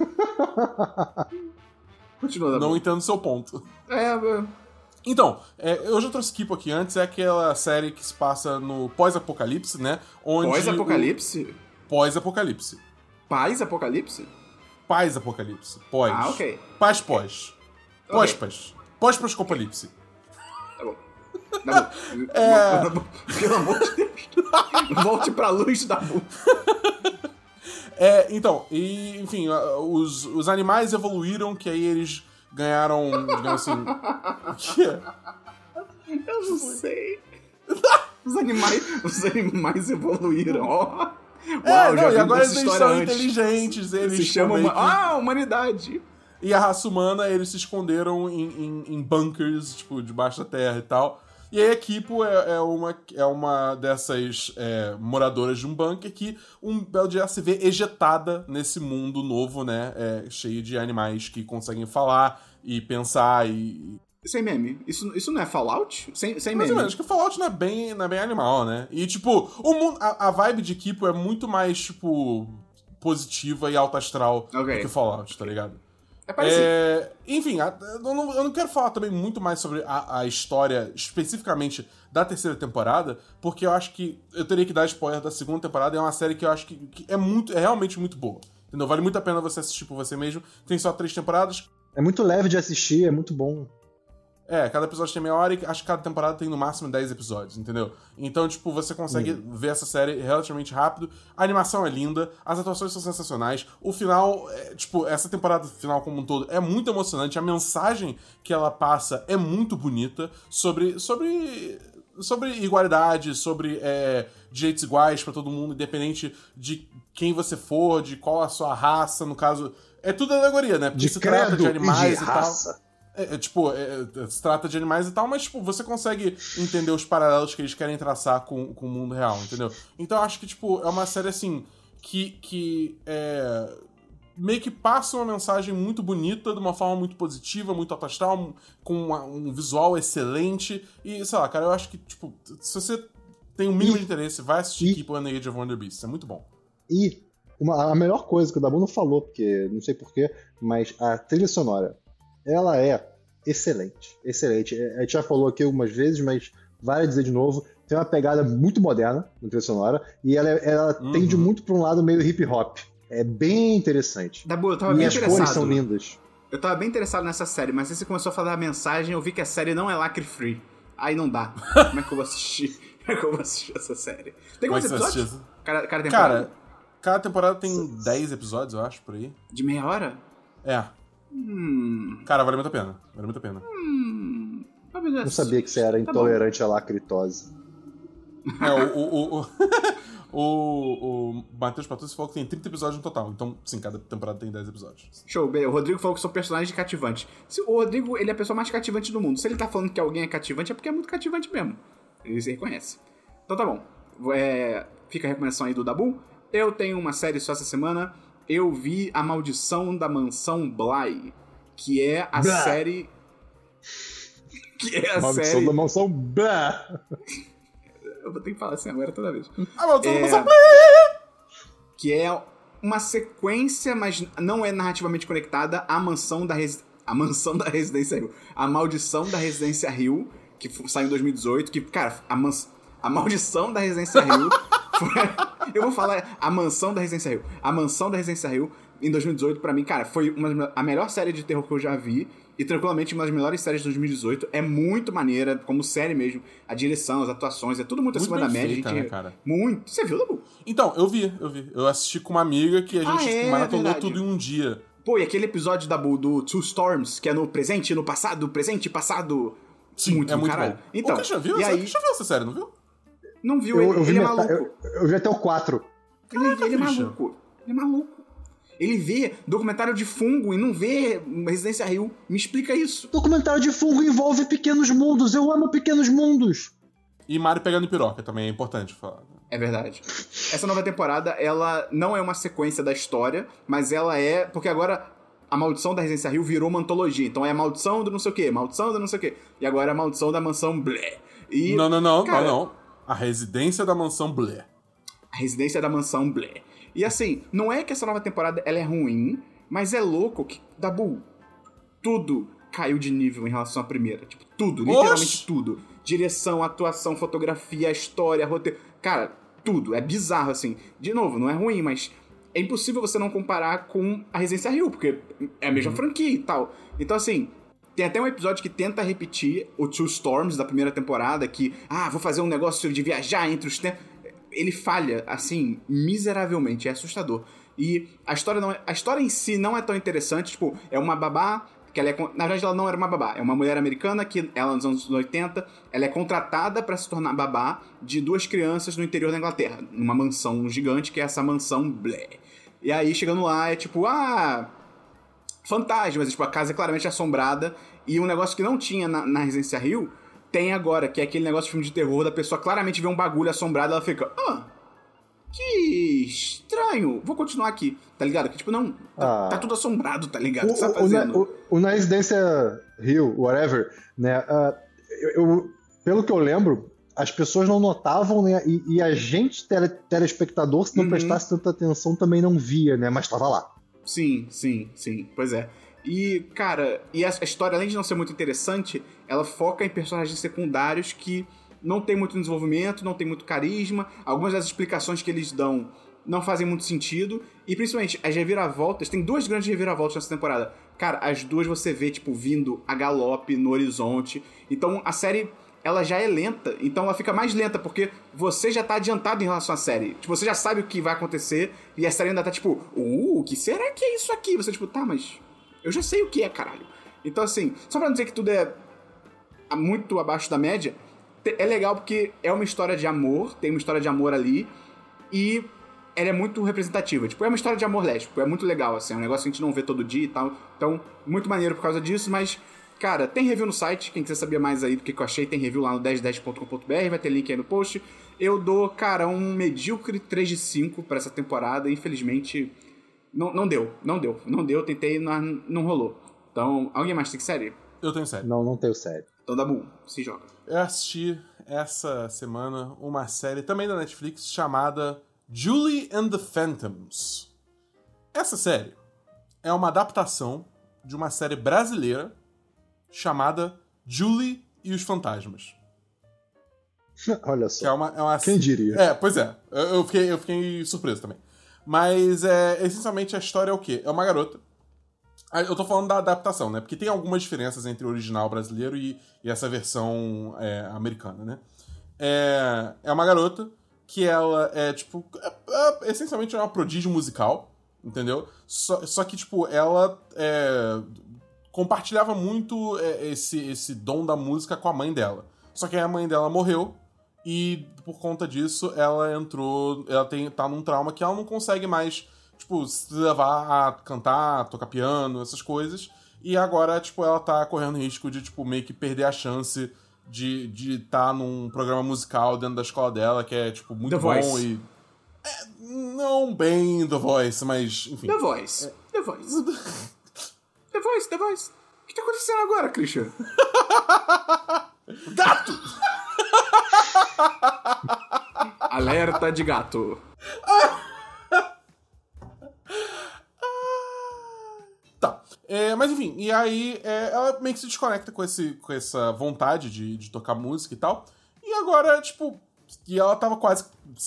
Continua, Dabu. Não entendo seu ponto. É. Então, eu já trouxe Kipo aqui antes, é aquela série que se passa no pós-apocalipse, né? Onde Pós-apocalipse? Pós-apocalipse. Paz-apocalipse? Paz-apocalipse. Pós. Ah, ok. Pós-pós. Pós-pós. Pós-apocalipse. Tá bom. Dabu. Pelo amor de Deus. Volte pra luz, Dabu. Então, e, enfim, os animais evoluíram, que aí eles ganharam, digamos assim... O quê? Eu não sei. Os animais evoluíram, ó. Uau, já e vi agora essa eles história são antes. inteligentes, eles Se chama meio que- humanidade. E a raça humana, eles se esconderam em bunkers, tipo, debaixo da terra e tal. E aí a Kipo é uma dessas moradoras de um bunker que um belo dia se vê ejetada nesse mundo novo, né? Cheio de animais que conseguem falar e pensar e... Sem meme. Isso não é Fallout? Sem Mais meme. ou menos, que o Fallout não é bem animal, né? E, tipo, o mundo, a vibe de Kipo é muito mais, tipo, positiva e alta astral Ok. do que o Fallout, tá ligado? É parecido. Enfim, eu não quero falar também muito mais sobre a história especificamente da terceira temporada, porque eu acho que eu teria que dar spoiler da segunda temporada. É uma série que eu acho que é realmente muito boa. Entendeu? Vale muito a pena você assistir por você mesmo. Tem só 3 temporadas. É muito leve de assistir, é muito bom. Cada episódio tem meia hora e acho que cada temporada tem no máximo 10 episódios, entendeu? Então, tipo, você consegue ver essa série relativamente rápido. A animação é linda, as atuações são sensacionais. O final, essa temporada final como um todo é muito emocionante. A mensagem que ela passa é muito bonita sobre igualdade, sobre direitos iguais pra todo mundo, independente de quem você for, de qual a sua raça, no caso. É tudo alegoria, né? Porque De se trata de animais e de e tal. raça. Se trata de animais e tal, mas, você consegue entender os paralelos que eles querem traçar com o mundo real, entendeu? Então eu acho que, é uma série, assim, que meio que passa uma mensagem muito bonita, de uma forma muito positiva, muito astral, com um visual excelente. E, sei lá, cara, eu acho que, se você tem um mínimo de interesse, vai assistir Keep on the Edge of Wonder Beasts. É muito bom. E a melhor coisa que o Dabu não falou, porque não sei porquê, mas a trilha sonora, ela é excelente. Excelente. A gente já falou aqui algumas vezes, mas vale dizer de novo, tem uma pegada muito moderna na trilha sonora, e ela tende muito pra um lado meio hip hop. É bem interessante. Dabu, eu tava e bem as interessado. cores são lindas. Eu tava bem interessado nessa série, mas aí você começou a falar da mensagem, eu vi que a série não é lacre-free. Aí não dá. Como é que eu vou assistir? Como é que eu vou assistir essa série? Tem quantos episódios? Cada temporada? Cara, cada temporada tem 10 episódios, eu acho, por aí. De meia hora? Cara, vale muito a pena. Vale muito a pena. Não sabia que você era intolerante à lacritose. O Matheus Patrício falou que tem 30 episódios no total. Então, sim, cada temporada tem 10 episódios. Show, beleza. O Rodrigo falou que são personagens cativantes. O Rodrigo, ele é a pessoa mais cativante do mundo. Se ele tá falando que alguém é cativante, é porque é muito cativante mesmo. Ele se reconhece. Então tá bom. Fica a recomendação aí do Dabu. Eu tenho uma série só essa semana. Eu vi A Maldição da Mansão Bly, que é a série... Maldição da Mansão Bly. Eu vou ter que falar assim agora toda vez. A Maldição da Mansão Bly! Que é uma sequência, mas não é narrativamente conectada à Mansão da Residência Hill. A Maldição da Residência Hill, que saiu em 2018, que, cara, a Maldição da Residência Hill... Eu vou falar a Mansão da Residência Hill. A Mansão da Residência Hill, em 2018, pra mim, cara, foi a melhor série de terror que eu já vi. E tranquilamente uma das melhores séries de 2018. É muito maneira, como série mesmo. A direção, as atuações, é tudo muito acima da média. Feita, né, cara? Muito. Você viu, Dabu? Então, eu vi. Eu assisti com uma amiga que a gente maratonou tudo em um dia. Pô, e aquele episódio, Dabu, do Two Storms, que é no presente e no passado, presente e passado. Sim, muito, é muito caralho. bom. Então, o Christian viu? E aí... Christian viu essa série, não viu? Não viu, ele é maluco. Eu vi até o 4. Ele é maluco. Ele é maluco. Ele vê documentário de fungo e não vê Residência Hill. Me explica isso. Documentário de fungo envolve pequenos mundos. Eu amo pequenos mundos. E Mario pegando piroca também é importante falar. É verdade. Essa nova temporada, ela não é uma sequência da história, mas ela é... Porque agora a Maldição da Residência Hill virou uma antologia. Então é a Maldição do não sei o quê, Maldição do não sei o quê. E agora é a Maldição da Mansão Blé. E, não. A Residência da Mansão Blé. A Residência da Mansão Blé. E assim, não é que essa nova temporada ela é ruim, mas é louco que, Dabu, tudo caiu de nível em relação à primeira. Tipo, tudo, literalmente tudo. Direção, atuação, fotografia, história, roteiro. Cara, tudo. É bizarro, assim. De novo, não é ruim, mas é impossível você não comparar com a Residência Hill, porque é a mesma franquia e tal. Então, assim, tem até um episódio que tenta repetir o Two Storms da primeira temporada, que, vou fazer um negócio de viajar entre os tempos. Ele falha, assim, miseravelmente. É assustador. E a história em si não é tão interessante. Tipo, é uma babá... que ela na verdade, ela não era uma babá. É uma mulher americana que, ela nos anos 80, ela é contratada pra se tornar babá de 2 crianças no interior da Inglaterra. Numa mansão gigante, que é essa mansão Blé. E aí, chegando lá, é tipo, fantasmas. Tipo, a casa é claramente assombrada. E um negócio que não tinha na Residência Hill... tem agora, que é aquele negócio de filme de terror, da pessoa claramente vê um bagulho assombrado, ela fica, que estranho, vou continuar aqui, tá ligado? Que tipo, não, tá tudo assombrado, tá ligado? O que você tá fazendo? Na Residência Hill, whatever, né, pelo que eu lembro, as pessoas não notavam, né, e a gente, telespectador, se não prestasse tanta atenção, também não via, né, mas tava lá. Sim, pois é. E, cara, e a história, além de não ser muito interessante, ela foca em personagens secundários que não tem muito desenvolvimento, não tem muito carisma. Algumas das explicações que eles dão não fazem muito sentido. E, principalmente, as reviravoltas... Tem 2 grandes reviravoltas nessa temporada. Cara, as 2 você vê, tipo, vindo a galope no horizonte. Então, a série... ela já é lenta, então ela fica mais lenta, porque você já tá adiantado em relação à série. Tipo, você já sabe o que vai acontecer, e a série ainda tá tipo, o que será que é isso aqui? Você tipo, tá, mas eu já sei o que é, caralho. Então, assim, só pra não dizer que tudo é muito abaixo da média, é legal porque é uma história de amor, tem uma história de amor ali, e ela é muito representativa. Tipo, é uma história de amor lésbico, é muito legal, assim, é um negócio que a gente não vê todo dia e tal. Então, muito maneiro por causa disso, mas... Cara, tem review no site, quem quiser saber mais aí do que eu achei, tem review lá no 1010.com.br, vai ter link aí no post. Eu dou, cara, um medíocre 3 de 5 pra essa temporada, infelizmente não deu, tentei, não rolou. Então, alguém mais tem série? Eu tenho série. Não tenho série. Então dá bom, se joga. Eu assisti essa semana uma série também da Netflix chamada Julie and the Phantoms. Essa série é uma adaptação de uma série brasileira chamada Julie e os Fantasmas. Olha só. Que é uma... Quem diria? Pois é. Eu fiquei surpreso também. Mas, essencialmente, a história é o quê? É uma garota. Eu tô falando da adaptação, né? Porque tem algumas diferenças entre o original brasileiro e essa versão americana, né? É uma garota que ela é, tipo... essencialmente é uma prodígio musical, entendeu? Só que, tipo, ela... compartilhava muito esse dom da música com a mãe dela. Só que aí a mãe dela morreu e, por conta disso, ela entrou... Ela tá num trauma que ela não consegue mais, tipo, se levar a cantar, tocar piano, essas coisas. E agora, tipo, ela tá correndo risco de, tipo, meio que perder a chance de tá num programa musical dentro da escola dela, que é, tipo, muito The bom Voice. e... não bem The Voice, mas, enfim. The Voice. The Voice. O que tá acontecendo agora, Christian? Gato! Alerta de gato. Tá. Mas enfim, e aí ela meio que se desconecta com essa vontade de tocar música e tal. E agora, tipo... E ela tava quase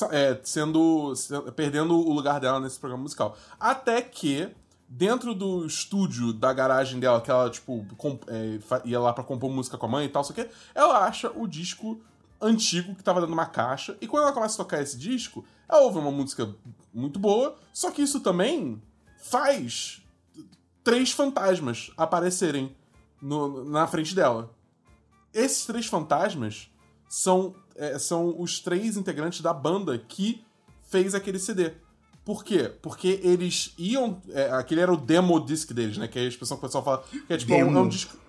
perdendo o lugar dela nesse programa musical. Até que... Dentro do estúdio da garagem dela, que ela, tipo, ia lá pra compor música com a mãe e tal, só que ela acha o disco antigo que tava dentro de uma caixa, e quando ela começa a tocar esse disco, ela ouve uma música muito boa, só que isso também faz 3 fantasmas aparecerem na frente dela. Esses 3 fantasmas são os 3 integrantes da banda que fez aquele CD. Por quê? Porque eles iam... aquele era o demo disc deles, né? Que é a expressão que o pessoal fala... Que é tipo, é um disco...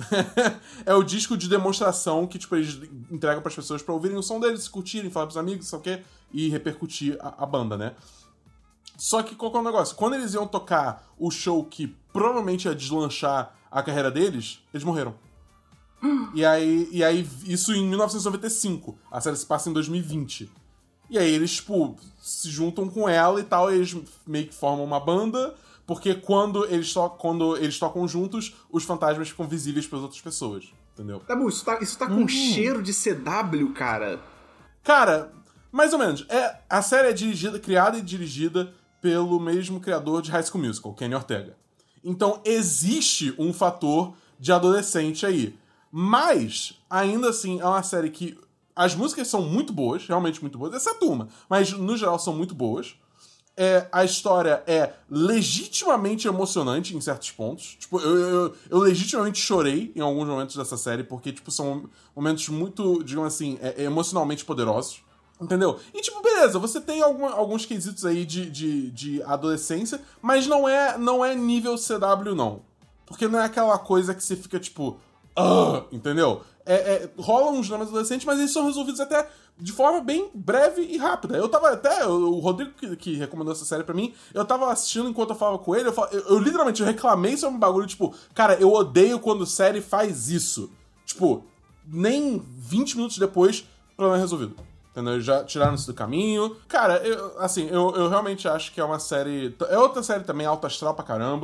é o disco de demonstração que, tipo, eles entregam pras pessoas pra ouvirem o som deles, curtirem, falar pros amigos, sei o quê, e repercutir a banda, né? Só que qual que é o negócio? Quando eles iam tocar o show que provavelmente ia deslanchar a carreira deles, eles morreram. E aí isso em 1995. A série se passa em 2020. E aí eles, tipo, se juntam com ela e tal, e eles meio que formam uma banda, porque quando eles tocam juntos, os fantasmas ficam visíveis para as outras pessoas, entendeu? Tá bom, isso tá com cheiro de CW, cara. Cara, mais ou menos. A série é criada e dirigida pelo mesmo criador de High School Musical, Kenny Ortega. Então existe um fator de adolescente aí. Mas, ainda assim, é uma série que... As músicas são muito boas, realmente muito boas, exceto uma, mas no geral são muito boas. A história é legitimamente emocionante em certos pontos. Tipo, eu legitimamente chorei em alguns momentos dessa série, porque, tipo, são momentos muito, digamos assim, emocionalmente poderosos. Entendeu? E, tipo, beleza, você tem alguns quesitos aí de adolescência, mas não é nível CW, não. Porque não é aquela coisa que você fica, tipo... entendeu? Rolam uns dramas adolescentes, mas eles são resolvidos até de forma bem breve e rápida. Eu tava até... O Rodrigo, que recomendou essa série pra mim, eu tava assistindo enquanto eu falava com ele, eu literalmente reclamei sobre um bagulho, tipo... Cara, eu odeio quando série faz isso. Tipo, nem 20 minutos depois, o problema é resolvido. Entendeu? Já tiraram isso do caminho. Cara, eu realmente acho que é uma série... É outra série também, alto astral pra caramba.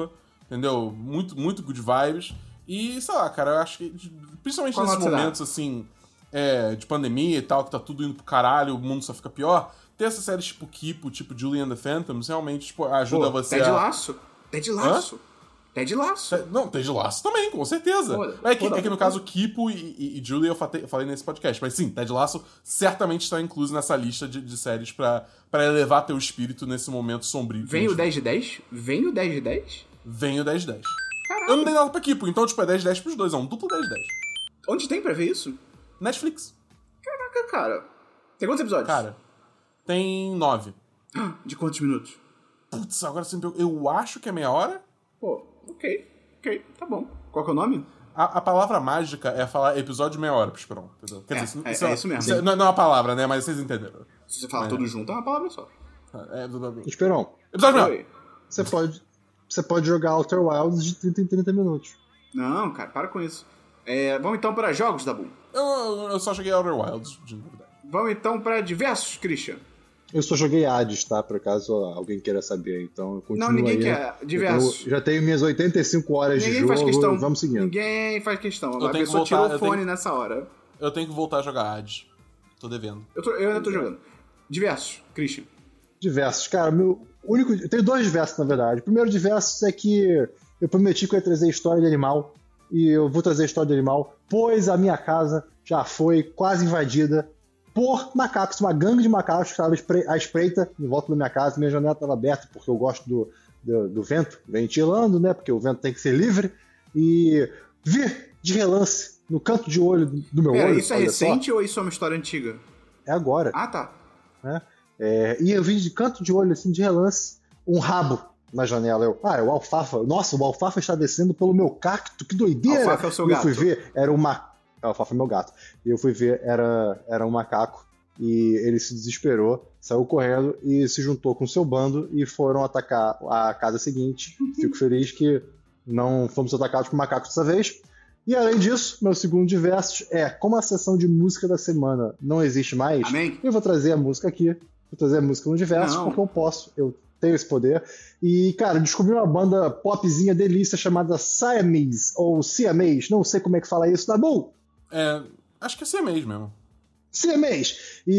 entendeu? Muito, muito good vibes. E, sei lá, cara, eu acho que, principalmente Qual nesses nota você dá? momentos, assim, de pandemia e tal, que tá tudo indo pro caralho, o mundo só fica pior, ter essas séries tipo Kipo, tipo Julie and the Phantoms, realmente, tipo, ajuda você Ted a... Lasso. Ted Lasso. Ted Lasso. Não, tem de laço também, com certeza. Foda. É que no caso, Kipo e Julie eu falei nesse podcast. Mas sim, Ted Lasso certamente está incluso nessa lista de séries pra elevar teu espírito nesse momento sombrio. Vem o 10 de 10? Vem o 10 de 10? Vem o 10-10. Caralho. Eu não dei nada pra Kipo, então, tipo, é 10-10 pros dois. É um duplo 10-10. Onde tem pra ver isso? Netflix. Caraca, cara. Tem quantos episódios? Cara, tem 9. De quantos minutos? Putz, agora você me pergunta. Eu acho que é meia hora. Pô, ok, tá bom. Qual que é o nome? A palavra mágica é falar episódio de meia hora pro Esperon, entendeu? Quer dizer, é isso mesmo. Não é uma palavra, né? Mas vocês entenderam. Se você falar tudo junto, é uma palavra só. Esperão, Episódio de meia hora. você pode jogar Outer Wilds de 30 em 30 minutos. Não, cara, para com isso. Vamos então para jogos, Dabu. Eu só joguei Outer Wilds, de novidade. Vamos então para diversos, Christian. Eu só joguei Hades, tá? Por caso alguém queira saber. Então eu continuo Não, ninguém aí. quer. Diversos. Já tenho minhas 85 horas Ninguém de jogo. faz questão. Vamos seguindo. Ninguém faz questão. A tenho que pessoa voltar, tirou o fone nessa hora. Eu tenho que voltar a jogar Hades. Tô devendo. Eu ainda tô jogando. Diversos, Christian. Diversos. Cara, eu tenho dois diversos, na verdade. O primeiro diversos é que eu prometi que eu ia trazer história de animal. E eu vou trazer história de animal, pois a minha casa já foi quase invadida por macacos, uma gangue de macacos que estava à espreita em volta da minha casa. Minha janela estava aberta porque eu gosto do vento ventilando, né? Porque o vento tem que ser livre. E vi de relance no canto de olho do meu Pera, olho. isso é olha recente só, ou isso é uma história antiga? é agora. Ah, tá. Né? E eu vi de canto de olho, assim, de relance, um rabo na janela. É o alfafa. Nossa, o alfafa está descendo pelo meu cacto, que doideira! Alfafa é o seu E eu gato. fui ver, era uma... Alfafa é meu gato. E eu fui ver, era um macaco. E ele se desesperou, saiu correndo e se juntou com seu bando e foram atacar a casa seguinte. Fico feliz que não fomos atacados por macacos dessa vez. E além disso, meu segundo diversos é, como a sessão de música da semana não existe mais, Amém? eu vou trazer a música aqui. Vou trazer a música no diversos Não. porque eu posso, eu tenho esse poder. E, cara, descobri uma banda popzinha delícia chamada Siamese, ou Siamese, não sei como é que fala isso, tá bom? Acho que é CMAs mesmo. Siamese!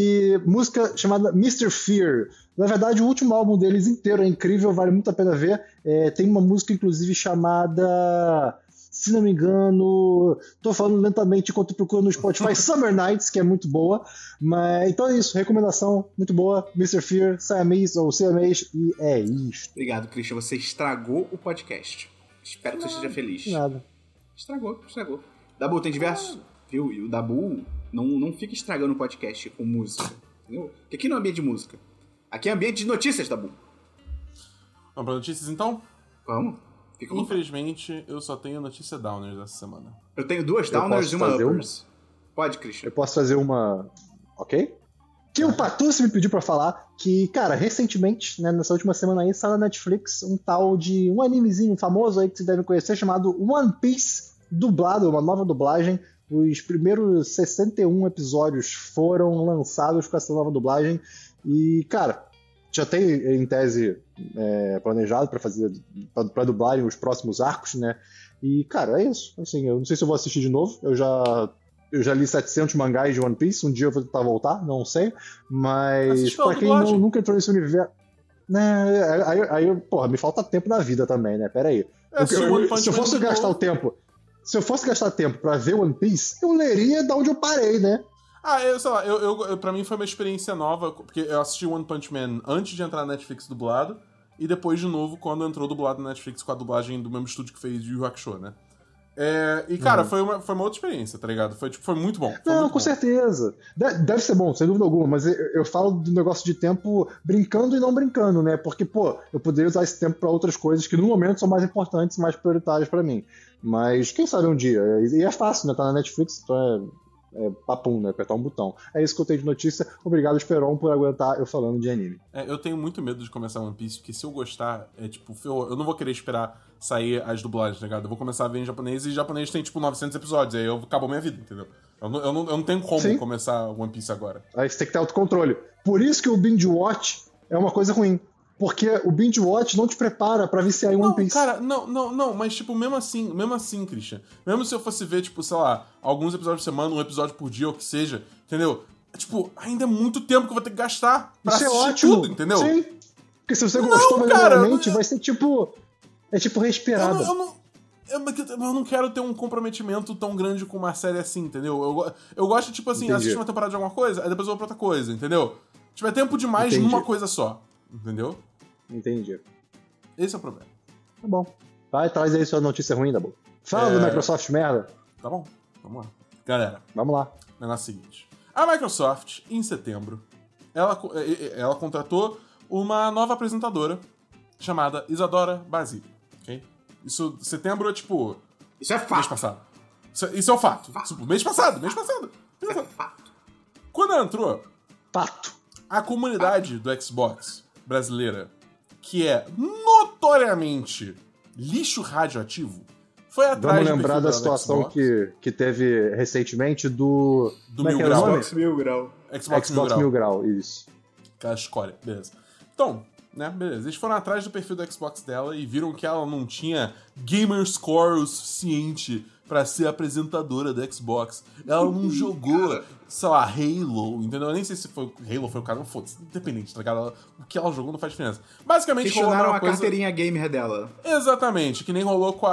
E música chamada Mr. Fear. Na verdade, o último álbum deles inteiro é incrível, vale muito a pena ver. Tem uma música, inclusive, chamada... Se não me engano, tô falando lentamente enquanto procuro no Spotify, Summer Nights, que é muito boa. Mas então é isso, recomendação muito boa, Mr. Fear, Siamese ou Siamese, e é isso. Obrigado, Christian. Você estragou o podcast. Espero que você esteja feliz. Nada. Estragou. Dabu, tem diversos? Viu? E o Dabu não fica estragando o podcast com música. Entendeu? Porque aqui não é ambiente de música. Aqui é ambiente de notícias, Dabu. Vamos pra notícias, então? Vamos. Fica à vontade. Infelizmente, eu só tenho notícia downers essa semana. Eu tenho duas downers posso e uma fazer uppers. Pode, Christian. Eu posso trazer uma. Ok? Que o Patucci me pediu pra falar que, cara, recentemente, né, nessa última semana aí, saiu na Netflix um tal de um animezinho famoso aí que vocês devem conhecer, chamado One Piece dublado, uma nova dublagem. Os primeiros 61 episódios foram lançados com essa nova dublagem. E, cara, já tem em tese planejado pra dublarem os próximos arcos, né? E, cara, é isso. Assim, eu não sei se eu vou assistir de novo. Eu já li 700 mangás de One Piece. Um dia eu vou tentar voltar, não sei. Mas Assiste pela pra quem dublagem. nunca entrou nesse universo... Né, aí, porra, me falta tempo na vida também, né? Pera aí. Se o One Punch Se eu Man fosse dublou- gastar o tempo... Se eu fosse gastar tempo pra ver One Piece, eu leria da onde eu parei, né? Sei lá, pra mim foi uma experiência nova, porque eu assisti One Punch Man antes de entrar na Netflix dublado, e depois de novo quando entrou dublado na Netflix com a dublagem do mesmo estúdio que fez Yu Yu Hakusho, né? E, cara, foi uma outra experiência, tá ligado? Foi muito bom. Foi Não, muito com bom. certeza. Deve ser bom, sem dúvida alguma, mas eu falo do negócio de tempo brincando e não brincando, né? Porque, pô, eu poderia usar esse tempo pra outras coisas que no momento são mais importantes e mais prioritárias pra mim. Mas quem sabe um dia? E é fácil, né? Tá na Netflix, então é papum, né? Apertar um botão. É isso que eu tenho de notícia. Obrigado, Esperon, por aguentar eu falando de anime. Eu tenho muito medo de começar One Piece, porque se eu gostar, eu não vou querer esperar sair as dublagens, tá ligado? Eu vou começar a ver em japonês, e japonês tem, 900 episódios, aí acabou minha vida, entendeu? Eu não tenho como Sim. começar One Piece agora. Aí você tem que ter autocontrole. Por isso que o binge watch é uma coisa ruim. Porque o binge watch não te prepara pra viciar em One Não, Piece. cara, não, mas tipo, mesmo assim, Christian, mesmo se eu fosse ver, tipo, sei lá, alguns episódios por semana, um episódio por dia, ou o que seja, entendeu? Tipo, ainda é muito tempo que eu vou ter que gastar pra Isso é assistir ótimo. tudo, entendeu? Sim. Porque se você Não, gostou cara, verdadeiramente, vai ser tipo... É tipo respirada. Eu não quero ter um comprometimento tão grande com uma série assim, entendeu? Eu gosto, tipo assim, assistir uma temporada de alguma coisa, aí depois eu vou pra outra coisa, entendeu? Tipo, é tempo demais numa coisa só, entendeu? Entendi. Esse é o problema. Tá bom. Vai, traz aí sua notícia ruim, Dabu. Fala do Microsoft merda. Tá bom, vamos lá. Galera, Vamos lá. o negócio é o seguinte. A Microsoft, em setembro, ela contratou uma nova apresentadora chamada Isadora Basile, ok? Isso, setembro é tipo... Isso é Mês fato. passado. Isso é um fato. Tipo, mês passado. É fato. Quando ela entrou, Pato. a comunidade do Xbox brasileira, que é notoriamente lixo radioativo, foi atrás Vamos lembrar perfil da dela no situação Xbox, que teve recentemente do... do como é que Mil era o Grau. nome? Xbox Mil Grau. Xbox Mil Grau. Isso. Aquela escória, beleza. Então, né, beleza. Eles foram atrás do perfil do Xbox dela e viram que ela não tinha gamer score o suficiente pra ser apresentadora do Xbox. Ela não jogou, sei lá, Halo, entendeu? Eu nem sei se foi Halo, foi o cara, não foda-se, independente, tá ligado? O que ela jogou não faz diferença. Basicamente, rolou Questionaram uma a coisa... carteirinha gamer dela. Exatamente, que nem rolou com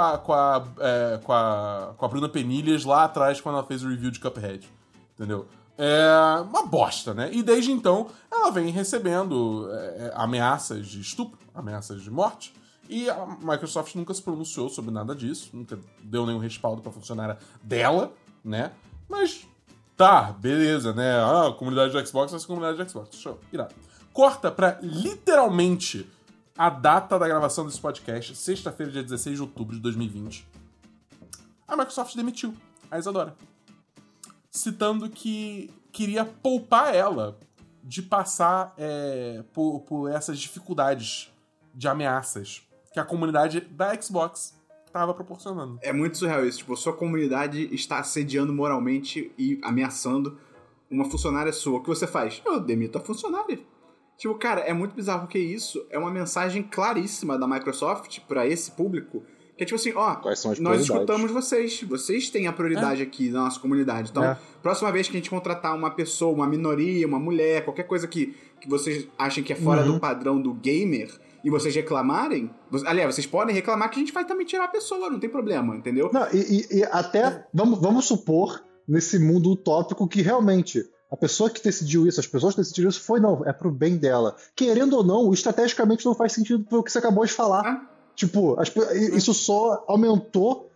a Bruna Penilhas lá atrás quando ela fez o review de Cuphead, entendeu? É uma bosta, né? E desde então, ela vem recebendo ameaças de estupro, ameaças de morte, e a Microsoft nunca se pronunciou sobre nada disso, nunca deu nenhum respaldo pra funcionária dela, né? Mas tá, beleza, né? Ah, a comunidade do Xbox é a comunidade do Xbox. Show, irado. Corta pra literalmente a data da gravação desse podcast, sexta-feira, dia 16 de outubro de 2020. A Microsoft demitiu a Isadora, citando que queria poupar ela de passar por essas dificuldades de ameaças que a comunidade da Xbox estava proporcionando. É muito surreal isso. Tipo, sua comunidade está assediando moralmente e ameaçando uma funcionária sua. O que você faz? Eu demito a funcionária. Tipo, cara, é muito bizarro porque isso é uma mensagem claríssima da Microsoft para esse público. Que é tipo assim, ó, Quais são as nós prioridades? escutamos vocês. Vocês têm a prioridade aqui na nossa comunidade. Então, próxima vez que a gente contratar uma pessoa, uma minoria, uma mulher, qualquer coisa que vocês achem que é fora do padrão do gamer e vocês reclamarem, aliás, vocês podem reclamar que a gente vai também tirar a pessoa, não tem problema, entendeu? Não, e até, vamos supor, nesse mundo utópico, que realmente a pessoa que decidiu isso, as pessoas que decidiram isso, é pro bem dela. Querendo ou não, estrategicamente não faz sentido pelo que você acabou de falar. Tipo, isso só aumentou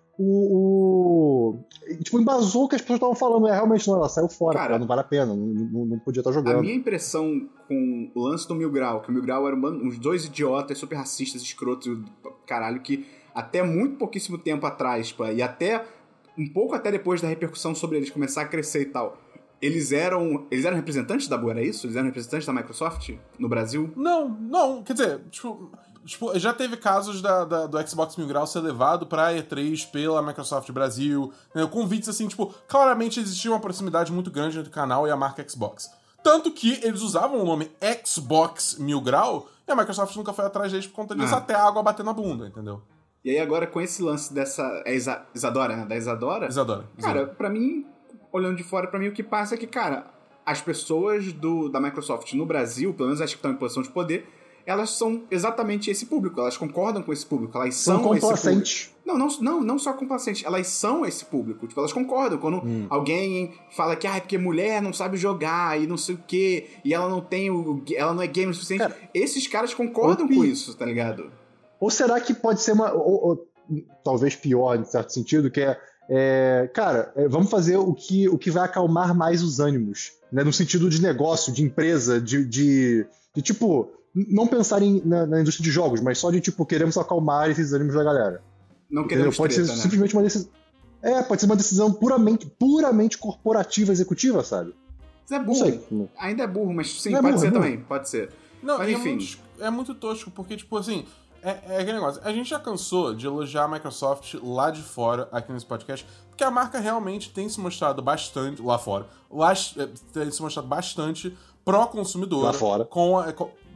tipo, embasou o que as pessoas estavam falando. Realmente, não, ela saiu fora, cara, não vale a pena, não podia estar jogando. A minha impressão com o lance do Mil Grau, que o Mil Grau eram uns dois idiotas super racistas, escrotos, caralho, que até muito pouquíssimo tempo atrás, e até um pouco até depois da repercussão sobre eles começar a crescer e tal, eles eram representantes da Boa, era isso? Eles eram representantes da Microsoft no Brasil? Não, quer dizer, tipo, já teve casos do Xbox Mil Grau ser levado pra E3 pela Microsoft Brasil, né, convites assim, tipo, claramente existia uma proximidade muito grande entre o canal e a marca Xbox. Tanto que eles usavam o nome Xbox Mil Grau e a Microsoft nunca foi atrás deles por conta disso, até a água bater na bunda, entendeu? E aí agora com esse lance dessa... Isadora, né? Da Isadora? Isadora. Cara, pra mim, olhando de fora, pra mim o que passa é que, cara, as pessoas da Microsoft no Brasil, pelo menos as que estão em posição de poder, elas são exatamente esse público, elas concordam com esse público, elas são esse público. Não só complacentes, elas são esse público, tipo, elas concordam. Quando alguém fala que, porque mulher não sabe jogar e não sei o quê, e ela não é gamer o suficiente, cara, esses caras concordam com isso, tá ligado? Ou será que pode ser talvez pior, em certo sentido, que vamos fazer o que vai acalmar mais os ânimos, né? No sentido de negócio, de empresa, de tipo, não pensarem na indústria de jogos, mas só de tipo, queremos acalmar esses ânimos da galera. Não queremos pode ser simplesmente uma decisão. Pode ser uma decisão puramente corporativa, executiva, sabe? Mas é burro. Não sei. Ainda é burro, mas sim, pode ser também, pode ser. Não, mas enfim. É muito tosco, porque, tipo assim, é aquele negócio. A gente já cansou de elogiar a Microsoft lá de fora, aqui nesse podcast, porque a marca realmente tem se mostrado bastante, lá fora, tem se mostrado bastante pró-consumidora. Lá fora.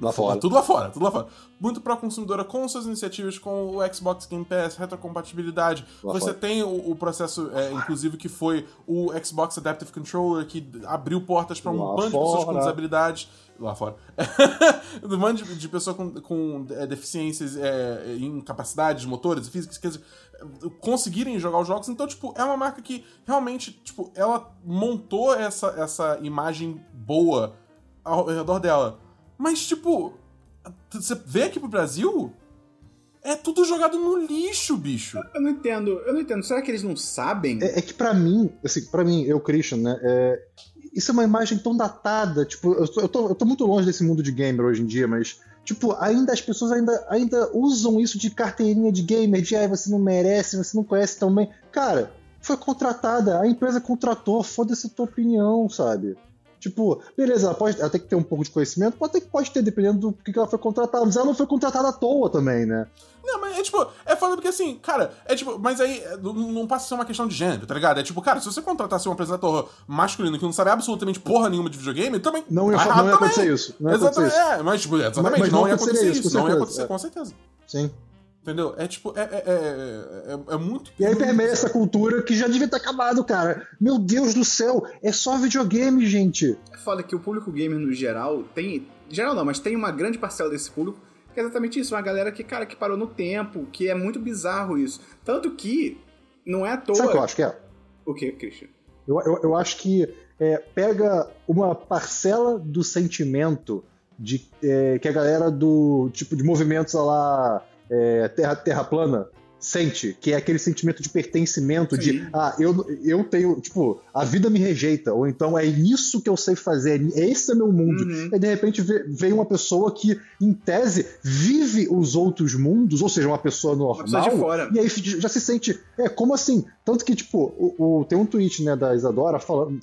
Lá fora. Tudo lá fora, tudo lá fora. Muito pró-consumidora com suas iniciativas, com o Xbox Game Pass, retrocompatibilidade. Lá Você fora. tem o processo, inclusive, que foi o Xbox Adaptive Controller, que abriu portas para um Lá bando de pessoas com fora. desabilidades. Lá fora. Um bando de pessoas com deficiências, incapacidades motores, físicas, que conseguirem jogar os jogos. Então, tipo, é uma marca que realmente, tipo, ela montou essa imagem boa ao redor dela. Mas, tipo, você vê aqui pro Brasil, é tudo jogado no lixo, bicho. Eu não entendo. Será que eles não sabem? É que pra mim, assim, eu, Christian, né, isso é uma imagem tão datada, tipo, eu tô muito longe desse mundo de gamer hoje em dia, mas, tipo, as pessoas ainda usam isso de carteirinha de gamer, de você não merece, você não conhece tão bem. Cara, foi contratada, a empresa contratou, foda-se a tua opinião, sabe? Tipo, beleza, ela tem que ter um pouco de conhecimento, pode ter, dependendo do que ela foi contratada, mas ela não foi contratada à toa também, né? Não, mas é foda porque assim, cara, mas aí não passa a ser uma questão de gênero, tá ligado? É tipo, cara, se você contratasse um apresentador masculino que não sabe absolutamente porra nenhuma de videogame, também. Não ia acontecer isso. Não ia acontecer isso. Mas, tipo, exatamente, Mas não ia acontecer isso. Não ia certeza. acontecer, com certeza. Sim. Entendeu? É tipo, é muito. E aí permeia essa cultura que já devia ter acabado, cara. Meu Deus do céu, é só videogame, gente. É foda que o público gamer no geral tem... Geral não, mas tem uma grande parcela desse público que é exatamente isso. Uma galera que, cara, que parou no tempo, que é muito bizarro isso. Tanto que não é à toa... Sabe o que eu acho que é? O quê, Christian? Eu acho que pega uma parcela do sentimento que a galera do tipo de movimentos lá terra plana sente, que é aquele sentimento de pertencimento, Sim. de eu tenho, tipo, a vida me rejeita, ou então é isso que eu sei fazer, esse é meu mundo. Uhum. E de repente vem uma pessoa que, em tese, vive os outros mundos, ou seja, uma pessoa normal, Uma pessoa de fora. e aí já se sente, como assim? Tanto que, tipo, tem um tweet, né, da Isadora falando,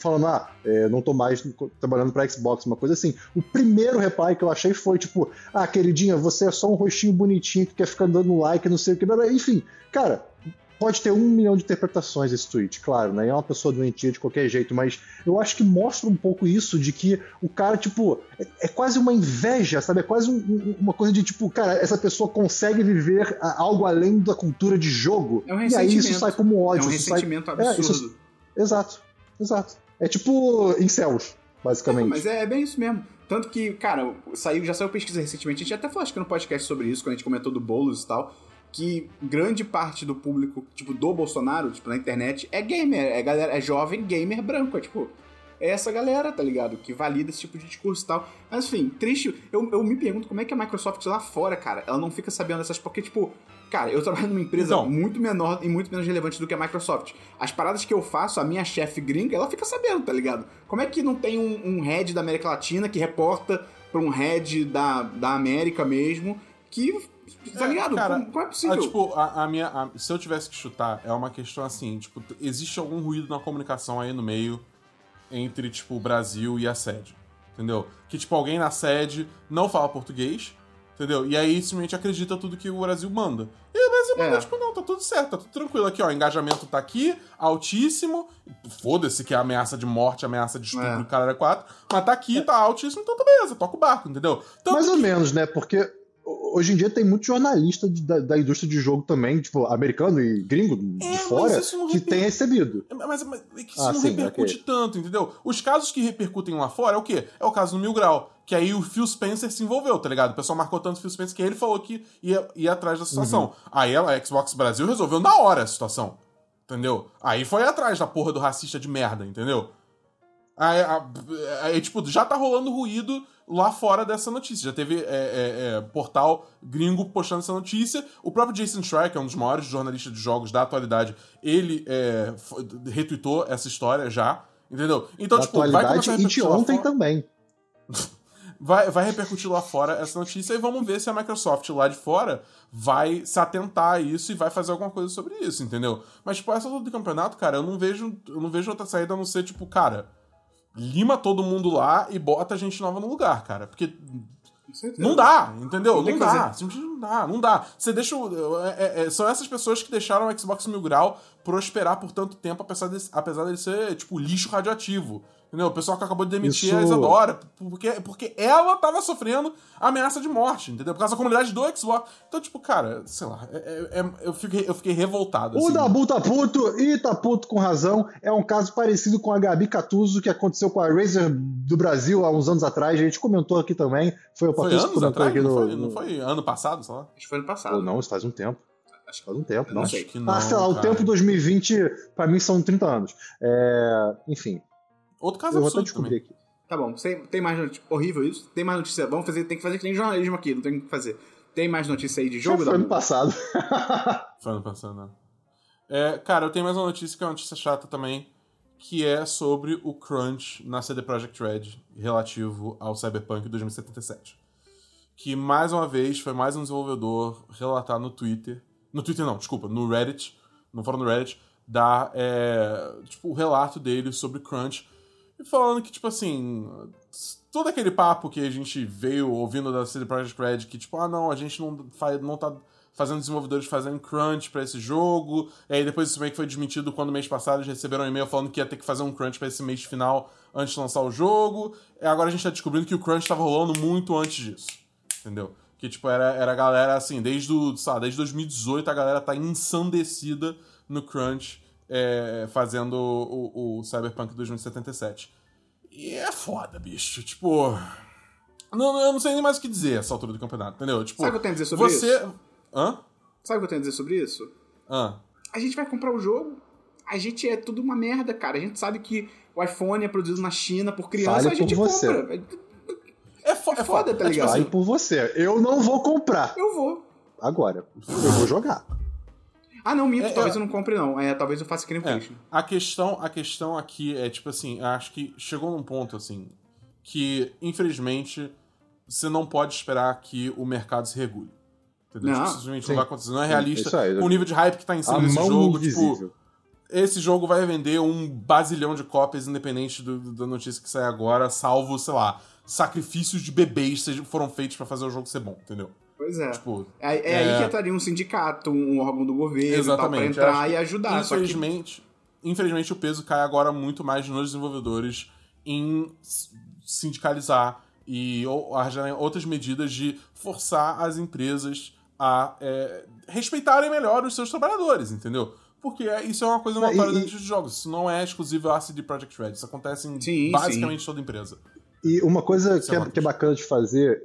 não tô mais trabalhando pra Xbox, uma coisa assim. O primeiro reply que eu achei foi, tipo, queridinha, você é só um rostinho bonitinho que quer ficar dando like, não sei o que, enfim, cara, pode ter 1 milhão de interpretações esse tweet, claro, né, é uma pessoa doentia de qualquer jeito, mas eu acho que mostra um pouco isso, de que o cara, tipo, é quase uma inveja, sabe, é quase uma coisa de, tipo, cara, essa pessoa consegue viver algo além da cultura de jogo, É um e aí ressentimento. isso sai como ódio. É um isso sai- ressentimento absurdo. Exato. É tipo incels, basicamente. Mas é bem isso mesmo. Tanto que, cara, já saiu pesquisa recentemente, a gente até falou, acho que no podcast sobre isso, quando a gente comentou do Boulos e tal, que grande parte do público, tipo, do Bolsonaro, tipo, na internet, é gamer, é jovem gamer branco, é essa galera, tá ligado? Que valida esse tipo de discurso e tal. Mas, enfim, triste. Eu me pergunto como é que a Microsoft lá fora, cara, ela não fica sabendo dessas... Porque, tipo, cara, eu trabalho numa empresa muito menor e muito menos relevante do que a Microsoft. As paradas que eu faço, a minha chefe gringa, ela fica sabendo, tá ligado? Como é que não tem um head da América Latina que reporta pra um head da América mesmo, que... Tá ligado? Cara, como é possível? se eu tivesse que chutar, é uma questão assim, tipo, existe algum ruído na comunicação aí no meio entre, tipo, o Brasil e a sede, entendeu? Que, tipo, alguém na sede não fala português, entendeu? E aí simplesmente acredita tudo que o Brasil manda. E o Brasil manda, tipo, não, tá tudo certo, tá tudo tranquilo. Aqui, ó, engajamento tá aqui, altíssimo, foda-se que é ameaça de morte, ameaça de estupro, cara, 4, mas tá aqui, tá altíssimo, então tá beleza, toca o barco, entendeu? Tanto Mais ou menos, né? Porque hoje em dia tem muito jornalista da indústria de jogo também, tipo, americano e gringo de fora, que tem recebido. Mas é que isso não repercute tanto, entendeu? Os casos que repercutem lá fora é o quê? É o caso do Mil Grau, que aí o Phil Spencer se envolveu, tá ligado? O pessoal marcou tanto o Phil Spencer que ele falou que ia atrás da situação. Aí a Xbox Brasil resolveu na hora a situação, entendeu? Aí foi atrás da porra do racista de merda, entendeu? Aí, tipo, já tá rolando ruído lá fora dessa notícia. Já teve portal gringo postando essa notícia. O próprio Jason Schreier, que é um dos maiores jornalistas de jogos da atualidade, ele retweetou essa história já, entendeu? Então, da tipo, vai começar a repercutir e de ontem lá fora. também. Vai repercutir lá fora essa notícia e vamos ver se a Microsoft lá de fora vai se atentar a isso e vai fazer alguma coisa sobre isso, entendeu? Mas, tipo, essa altura do campeonato, cara, eu não vejo outra saída a não ser, tipo, cara, lima todo mundo lá e bota gente nova no lugar, cara. Porque não dá, entendeu? Não dá. Simplesmente não dá. Você deixa... são essas pessoas que deixaram o Xbox Mil Grau prosperar por tanto tempo, apesar dele ser, tipo, lixo radioativo. Entendeu? O pessoal que acabou de demitir Isso. a Isadora, porque ela tava sofrendo ameaça de morte, entendeu? Por causa da comunidade do Xbox. Então, tipo, cara, sei lá, eu fiquei revoltado. O assim. Dabu tá puto, e tá puto com razão. É um caso parecido com a Gabi Catuso, que aconteceu com a Razer do Brasil há uns anos atrás. A gente comentou aqui também. Foi o Foi Patuso que anos comentou atrás? aqui Não foi ano passado, sei lá? Acho que foi ano passado. Ou não, isso faz um tempo. Acho que faz um tempo, não. sei. Que não, Sei lá, o cara. tempo 2020, pra mim, são 30 anos. Enfim, Outro caso eu vou até absurdo descobrir também. aqui. Tá bom, tem mais notícia. Horrível isso? Tem mais notícia? Tem que fazer que nem jornalismo aqui, não tem o que fazer. Tem mais notícia aí de Já jogo, foi ano Dabu? passado. Foi ano passado, não. Cara, eu tenho mais uma notícia que é uma notícia chata também, que é sobre o crunch na CD Projekt Red relativo ao Cyberpunk 2077. Que, mais uma vez, foi mais um desenvolvedor relatar no Twitter... No Twitter não, desculpa, no Reddit, no fórum do Reddit, dar, tipo, o relato dele sobre crunch, e falando que, tipo assim, todo aquele papo que a gente veio ouvindo da CD Projekt Red, que, tipo, não, a gente não tá fazendo desenvolvedores fazendo crunch pra esse jogo, e aí depois isso meio que foi desmentido quando mês passado eles receberam um e-mail falando que ia ter que fazer um crunch pra esse mês final antes de lançar o jogo, e agora a gente tá descobrindo que o crunch tava rolando muito antes disso, entendeu? Que, tipo, era a galera, assim, desde 2018 a galera tá ensandecida no crunch, fazendo o Cyberpunk 2077. E é foda, bicho. Tipo... eu não sei nem mais o que dizer essa altura do campeonato, entendeu? Tipo, Sabe o que eu tenho a dizer sobre isso? Hã? Sabe o que eu tenho a dizer sobre isso? Hã? A gente vai comprar o jogo, a gente é tudo uma merda, cara. A gente sabe que o iPhone é produzido na China por criança, Fale a gente por você. compra. É foda, tá ligado? Vai por você. Eu não vou comprar Eu vou. agora. Eu vou jogar. Ah, não, minto, talvez eu não compre, não. Talvez eu faça que nem o Christian. A questão aqui é, tipo assim, eu acho que chegou num ponto, assim, que, infelizmente, você não pode esperar que o mercado se regule. Entendeu? Não, Tipo, simplesmente sim. não vai acontecer. Não é realista. Isso aí. Com o nível de hype que tá em cima A desse mão jogo, invisível. tipo... Esse jogo vai vender 1 bazilhão de cópias, independente da notícia que sai agora, salvo, sei lá, sacrifícios de bebês foram feitos pra fazer o jogo ser bom, entendeu? Pois é. Tipo, Aí que entraria um sindicato, um órgão do governo, exatamente. pra entrar e ajudar. Infelizmente, o peso cai agora muito mais nos desenvolvedores em sindicalizar e arranjarem outras medidas de forçar as empresas a respeitarem melhor os seus trabalhadores, entendeu? Porque isso é uma coisa notória dentro de jogos. Isso não é exclusivo à CD Projekt Red. Isso acontece em basicamente toda empresa. E uma coisa que é bacana de fazer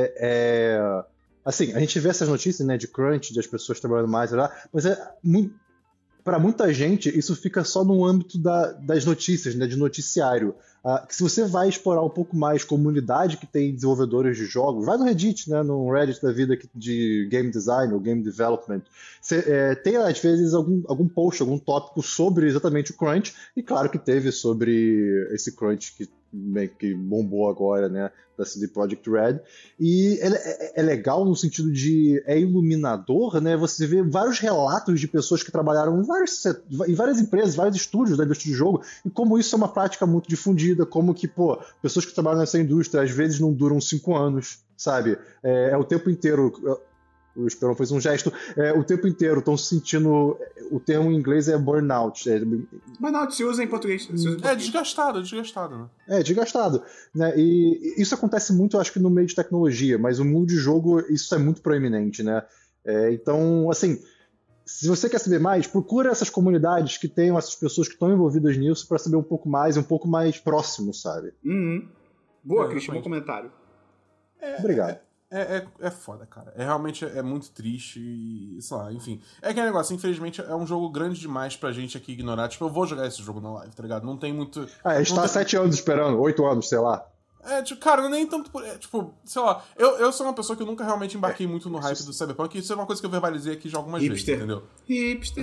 assim, a gente vê essas notícias, né, de crunch, de as pessoas trabalhando mais, mas para muita gente isso fica só no âmbito das notícias, né, de noticiário. Que se você vai explorar um pouco mais comunidade que tem desenvolvedores de jogos, vai no Reddit, né, no Reddit da vida de game design ou game development, tem às vezes algum post, algum tópico sobre exatamente o crunch, e claro que teve sobre esse crunch que bombou agora, né, da CD Projekt Red, e é legal no sentido de iluminador, né, você vê vários relatos de pessoas que trabalharam em várias empresas, vários estúdios da indústria de jogo, e como isso é uma prática muito difundida, como que, pessoas que trabalham nessa indústria às vezes não duram 5 anos, sabe? O tempo inteiro... O Esperão fez um gesto. O tempo inteiro estão sentindo... O termo em inglês é burnout. Burnout se usa em português. Desgastado, né? Desgastado. Né? E isso acontece muito, eu acho que no meio de tecnologia, mas no mundo de jogo isso é muito proeminente, né? Então, assim... Se você quer saber mais, procura essas comunidades que tenham essas pessoas que estão envolvidas nisso para saber um pouco mais próximo, sabe? Boa, Christian, bom comentário. Obrigado. É foda, cara. Realmente muito triste e, sei lá, enfim. É aquele negócio, infelizmente, é um jogo grande demais pra gente aqui ignorar. Tipo, eu vou jogar esse jogo na live, tá ligado? Não tem muito... A gente tá 7 anos esperando, 8 anos, sei lá. Tipo, cara, nem tanto por... tipo, sei lá, eu sou uma pessoa que eu nunca realmente embarquei muito no hype do Cyberpunk, e isso é uma coisa que eu verbalizei aqui já algumas vezes, entendeu? Hipster.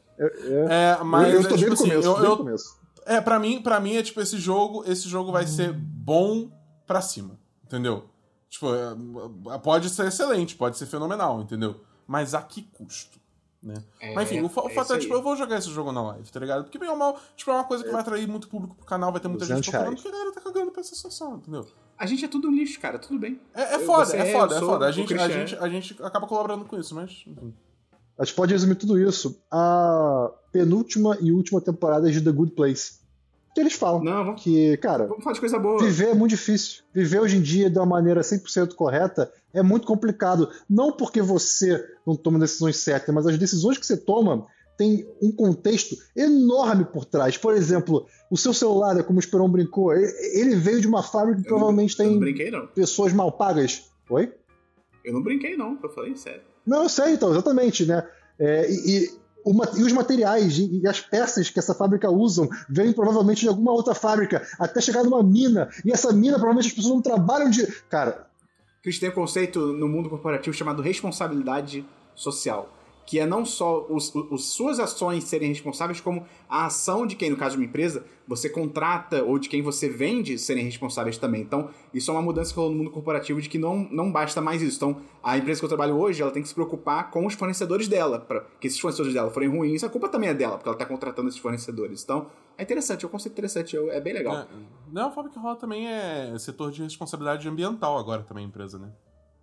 Mas eu tô tipo desde o começo. Pra mim é tipo, esse jogo vai ser bom pra cima, entendeu? Tipo, pode ser excelente, pode ser fenomenal, entendeu? Mas a que custo? Né? Mas enfim, o fato é, tipo, eu vou jogar esse jogo na live, tá ligado? Porque bem ou mal, tipo, é uma coisa que vai atrair muito público pro canal, vai ter muita gente procurando, porque a galera tá cagando pra essa situação, entendeu? A gente é tudo um lixo, cara, tudo bem. É foda. A gente acaba colaborando com isso, mas enfim. A gente pode resumir tudo isso a penúltima e última temporada de The Good Place. Que eles falam Não, que, cara, vamos falar de coisa boa. viver é muito difícil. Viver hoje em dia de uma maneira 100% correta é muito complicado. Não porque você não toma decisões certas, mas as decisões que você toma têm um contexto enorme por trás. Por exemplo, o seu celular, como o Esperon brincou, ele veio de uma fábrica que provavelmente Eu não tem brinquei, não. pessoas mal pagas. Oi? Eu não brinquei, não. Eu falei sério. Não, eu sei, então, exatamente, né? E os materiais e as peças que essa fábrica usam vêm provavelmente de alguma outra fábrica, até chegar numa mina. E essa mina, provavelmente, as pessoas não trabalham de... Cara... Cris, tem um conceito no mundo corporativo chamado responsabilidade social, que é não só suas ações serem responsáveis, como a ação de quem, no caso de uma empresa, você contrata ou de quem você vende serem responsáveis também. Então, isso é uma mudança que rolou no mundo corporativo de que não basta mais isso. Então, a empresa que eu trabalho hoje, ela tem que se preocupar com os fornecedores dela, para que esses fornecedores dela forem ruins, a culpa também é dela, porque ela está contratando esses fornecedores. Então, é interessante, é um conceito interessante, é bem legal. Não, a forma que rola também é setor de responsabilidade ambiental agora também, a empresa, né?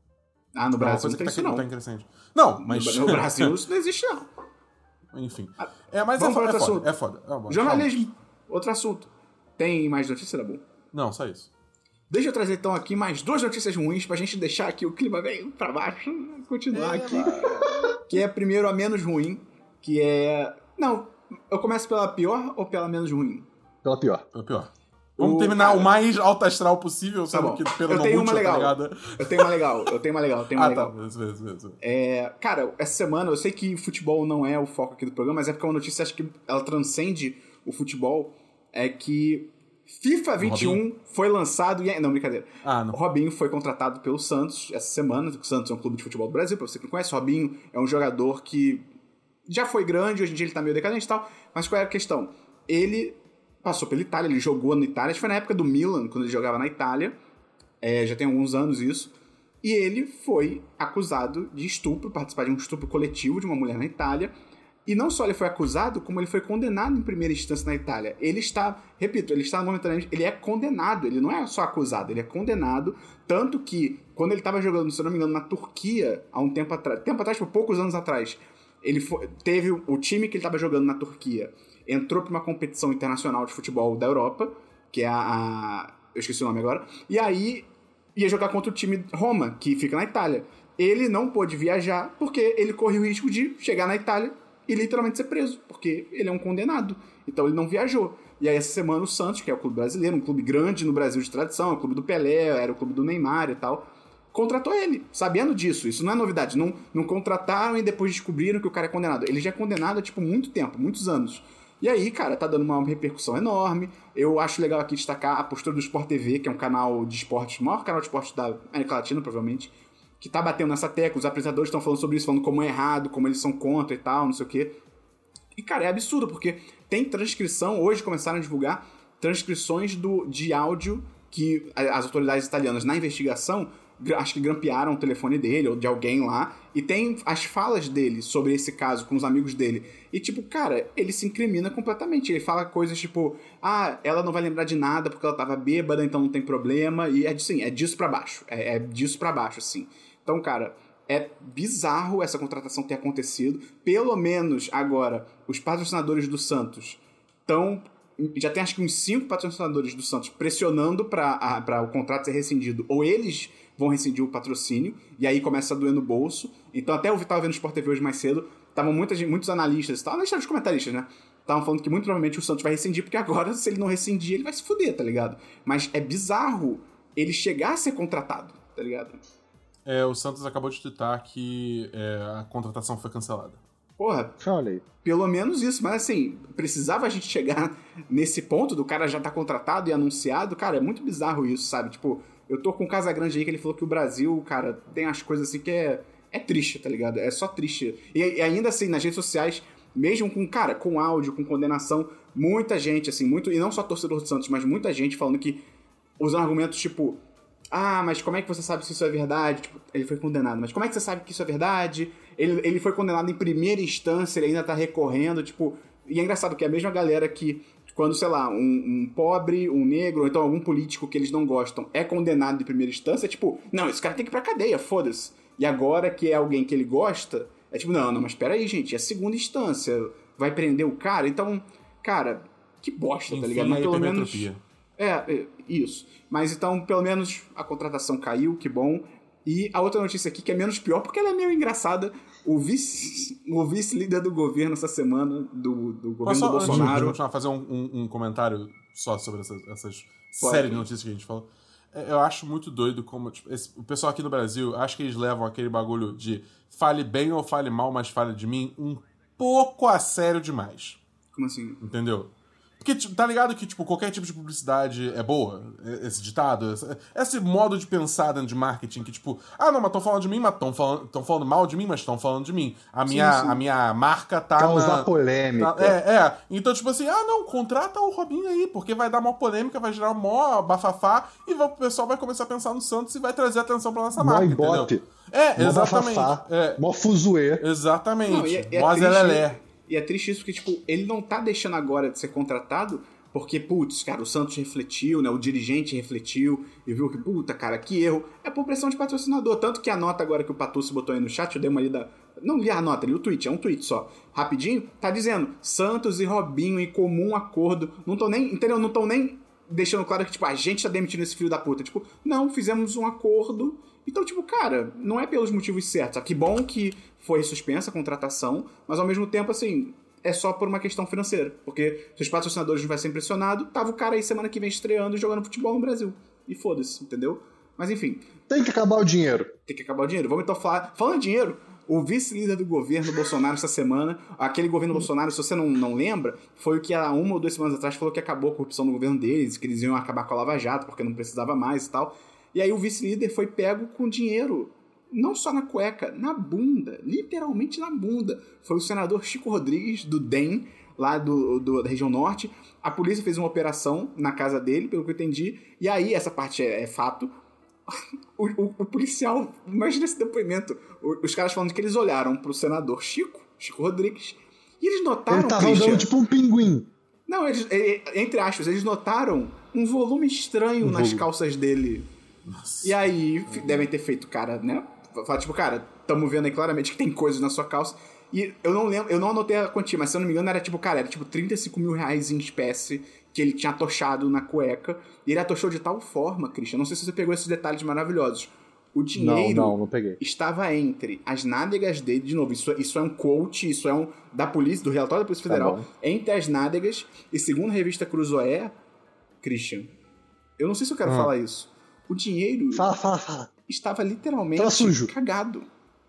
Ah, no Brasil não tem isso, não. Tá crescente. Não, mas... No Brasil isso não existe, não. Enfim. Mas Vamos para outro é assunto. foda, é foda. Jornalismo, outro assunto. Tem mais notícia, Dabu? Não, só isso. Deixa eu trazer então aqui mais 2 notícias ruins pra gente deixar aqui o clima bem pra baixo, continuar aqui. Que é primeiro a menos ruim, que é... Não, eu começo pela pior ou pela menos ruim? Pela pior. É o pior. Vamos terminar o mais alto astral possível, sendo que pelo eu tenho Mamute, uma legal. tá ligado? Eu tenho uma legal. Tá. Beleza. Cara, essa semana, eu sei que futebol não é o foco aqui do programa, mas é porque é uma notícia, acho que ela transcende o futebol, é que FIFA 21 Robinho? foi lançado e... Não, brincadeira. Não. O Robinho foi contratado pelo Santos essa semana. O Santos é um clube de futebol do Brasil, pra você que não conhece. O Robinho é um jogador que já foi grande, hoje em dia ele tá meio decadente e tal, mas qual é a questão? Ele passou pela Itália, ele jogou na Itália, acho que foi na época do Milan, quando ele jogava na Itália, já tem alguns anos isso, e ele foi acusado de estupro, participar de um estupro coletivo de uma mulher na Itália, e não só ele foi acusado, como ele foi condenado em primeira instância na Itália. Ele está momentaneamente, ele é condenado, ele não é só acusado, ele é condenado, tanto que, quando ele estava jogando, se eu não me engano, na Turquia, há um tempo atrás, por poucos anos atrás, teve o time que ele estava jogando na Turquia, entrou para uma competição internacional de futebol da Europa, que é eu esqueci o nome agora, e aí ia jogar contra o time Roma, que fica na Itália. Ele não pôde viajar porque ele corre o risco de chegar na Itália e literalmente ser preso, porque ele é um condenado. Então ele não viajou. E aí essa semana o Santos, que é o clube brasileiro, um clube grande no Brasil de tradição, é o clube do Pelé, era o clube do Neymar e tal, contratou ele, sabendo disso. Isso não é novidade. Não contrataram e depois descobriram que o cara é condenado. Ele já é condenado há, tipo, muito tempo, muitos anos. E aí, cara, tá dando uma repercussão enorme. Eu acho legal aqui destacar a postura do Sport TV, que é um canal de esportes, o maior canal de esportes da América Latina, provavelmente, que tá batendo nessa tecla. Os apresentadores estão falando sobre isso, falando como é errado, como eles são contra e tal, não sei o quê. E, cara, é absurdo, porque tem transcrição, hoje começaram a divulgar transcrições de áudio que as autoridades italianas, na investigação, acho que grampearam o telefone dele ou de alguém lá, e tem as falas dele sobre esse caso com os amigos dele. E, tipo, cara, ele se incrimina completamente. Ele fala coisas tipo, ela não vai lembrar de nada porque ela tava bêbada, então não tem problema. E é disso pra baixo. É disso pra baixo, assim. Então, cara, é bizarro essa contratação ter acontecido. Pelo menos agora, os patrocinadores do Santos estão... Já tem acho que uns 5 patrocinadores do Santos pressionando para o contrato ser rescindido. Ou eles vão rescindir o patrocínio, e aí começa a doer no bolso. Então até eu tava vendo o Sport TV hoje mais cedo, estavam muitos analistas, analistas dos comentaristas, né? Estavam falando que muito provavelmente o Santos vai rescindir, porque agora, se ele não rescindir, ele vai se fuder, tá ligado? Mas é bizarro ele chegar a ser contratado, tá ligado? O Santos acabou de twittar que a contratação foi cancelada. Porra, Falei. pelo menos isso, mas assim, precisava a gente chegar nesse ponto do cara já tá contratado e anunciado, cara, é muito bizarro isso, sabe? Tipo, eu tô com o Casagrande aí que ele falou que o Brasil, cara, tem as coisas assim que é triste, tá ligado? É só triste. E ainda assim, nas redes sociais, mesmo com áudio, com condenação, muita gente, assim, e não só torcedor do Santos, mas muita gente falando que, usando argumentos tipo, mas como é que você sabe se isso é verdade? Tipo, ele foi condenado, mas como é que você sabe que isso é verdade? Ele foi condenado em primeira instância, ele ainda tá recorrendo, tipo... E é engraçado que é a mesma galera que, quando, sei lá, um pobre, um negro, ou então algum político que eles não gostam é condenado em primeira instância, é tipo, não, esse cara tem que ir pra cadeia, foda-se. E agora que é alguém que ele gosta, é tipo, não, mas peraí, gente, é segunda instância. vai prender o cara. Então, cara, que bosta, tá ligado? Enfim, Mas a pelo menos... hipermetropia. Isso. Mas então, pelo menos, a contratação caiu, que bom. E a outra notícia aqui, que é menos pior, porque ela é meio engraçada. O vice-líder do governo essa semana, do governo Posso do só, antes de Bolsonaro... continuar, fazer um comentário só sobre essas Pode. série de notícias que a gente falou? Eu acho muito doido como... Tipo, o pessoal aqui no Brasil, acho que eles levam aquele bagulho de fale bem ou fale mal, mas fale de mim um pouco a sério demais. Como assim? Entendeu? Porque, tá ligado que, tipo, qualquer tipo de publicidade é boa? Esse ditado? Esse modo de pensar dentro de marketing que, tipo... Ah, não, mas estão falando de mim, mas estão falando mal de mim, mas estão falando de mim. A minha marca tá Causar polêmica. Então, tipo assim... Ah, não, contrata o Robinho aí, porque vai dar mó polêmica, vai gerar mó bafafá, e o pessoal vai começar a pensar no Santos e vai trazer atenção pra nossa marca, Ibope. entendeu? Mó Exatamente. bafafá, mó fuzuê. Exatamente. Não, Mó zelelé. E é triste isso porque, tipo, ele não tá deixando agora de ser contratado porque, putz, cara, o Santos refletiu, né? O dirigente refletiu e viu que, puta, cara, que erro. É por pressão de patrocinador. Tanto que a nota agora que o Patucci botou aí no chat, eu dei uma lida... Não li a nota, li o tweet, é um tweet só. Rapidinho, tá dizendo, Santos e Robinho em comum acordo. Não tão nem, entendeu? Não tão nem deixando claro que, tipo, a gente tá demitindo esse filho da puta. Tipo, não, fizemos um acordo. Então, tipo, cara, não é pelos motivos certos. Que bom que foi suspensa a contratação, mas ao mesmo tempo, assim, é só por uma questão financeira. Porque se os patrocinadores não tivessem pressionado, tava o cara aí semana que vem estreando e jogando futebol no Brasil. E foda-se, entendeu? Mas enfim. Tem que acabar o dinheiro. Tem que acabar o dinheiro. Vamos então falar... Falando em dinheiro, o vice-líder do governo Bolsonaro essa semana, aquele governo Bolsonaro, se você não lembra, foi o que há 1 ou 2 semanas atrás falou que acabou a corrupção no governo deles, que eles iam acabar com a Lava Jato porque não precisava mais e tal. E aí o vice-líder foi pego com dinheiro, não só na cueca, na bunda, literalmente na bunda. Foi o senador Chico Rodrigues, do DEM, lá da região norte. A polícia fez uma operação na casa dele, pelo que eu entendi, e aí, essa parte é fato, o policial, imagina esse depoimento, os caras falando que eles olharam pro senador Chico Rodrigues, e eles notaram... Ele tava andando tipo um pinguim. Não, entre aspas, eles notaram um volume estranho nas calças dele. Nossa. E aí, devem ter feito, cara, né? Falar, tipo, cara, tamo vendo aí claramente que tem coisas na sua calça. E eu não lembro, eu não anotei a quantia, mas se eu não me engano, era tipo 35 mil reais em espécie que ele tinha atochado na cueca. E ele atochou de tal forma, Christian, não sei se você pegou esses detalhes maravilhosos. O dinheiro não peguei. estava entre as nádegas dele, de novo, isso é um quote, isso é da polícia, do relatório da Polícia Federal, entre as nádegas, e segundo a revista Cruzoé, Christian, eu não sei se eu quero falar isso. O dinheiro Fala. estava literalmente Tava sujo. cagado.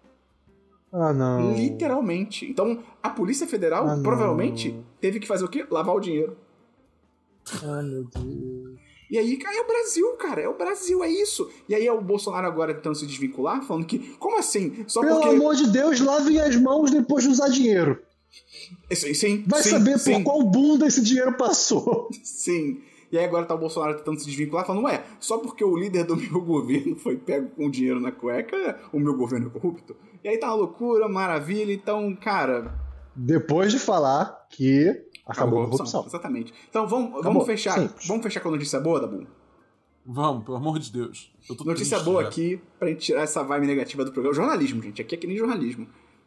Ah, não. Literalmente. Então, a Polícia Federal provavelmente teve que fazer o quê? Lavar o dinheiro. Ah, meu Deus. E aí, cara, é o Brasil, cara. É o Brasil, é isso. E aí é o Bolsonaro agora tentando se desvincular, falando que... Como assim? Só Pelo porque... amor de Deus, lavem as mãos depois de usar dinheiro. Sim, Vai saber por qual bunda esse dinheiro passou. Sim. E aí agora tá o Bolsonaro tentando se desvincular, falando, ué, só porque o líder do meu governo foi pego com dinheiro na cueca, o meu governo é corrupto? E aí tá uma loucura, maravilha, então, cara... Depois de falar que acabou a corrupção. Exatamente. Então vamos fechar. Simples. Vamos fechar com a notícia boa, Dabu? Vamos, pelo amor de Deus. Eu tô Notícia triste, boa já. aqui, pra gente tirar essa vibe negativa do programa. Jornalismo, gente. Aqui é que nem jornalismo.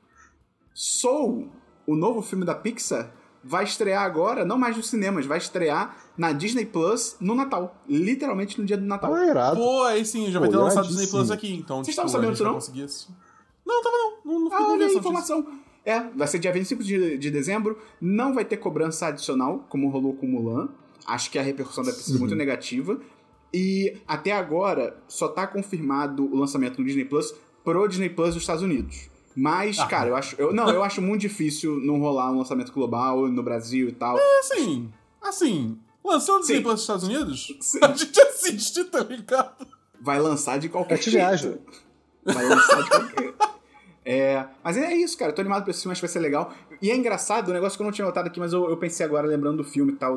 Soul, o novo filme da Pixar, vai estrear agora, não mais nos cinemas, vai estrear na Disney Plus no Natal. Literalmente no dia do Natal. Ah, irado. Pô, aí sim, já vai ter lançado Disney iradíssimo. Plus aqui, então Vocês tipo, estavam sabendo a gente disso, vai não? conseguir isso. Não, tava não. Não fiquei Olha com a essa informação. Vai ser dia 25 de dezembro. Não vai ter cobrança adicional, como rolou com Mulan. Acho que a repercussão deve ter sido muito negativa. E até agora, só tá confirmado o lançamento no Disney Plus pro Disney Plus dos Estados Unidos. Mas, cara, eu acho muito difícil não rolar um lançamento global no Brasil e tal. Assim, lançou o Disney Sim. Plus nos Estados Unidos, Sim. a gente assiste, tá ligado? Vai lançar de qualquer te jeito. viaja. Vai lançar de qualquer mas é isso, cara. Eu tô animado pra esse filme, acho que vai ser legal. E é engraçado, um negócio que eu não tinha notado aqui, mas eu pensei agora, lembrando do filme e tal,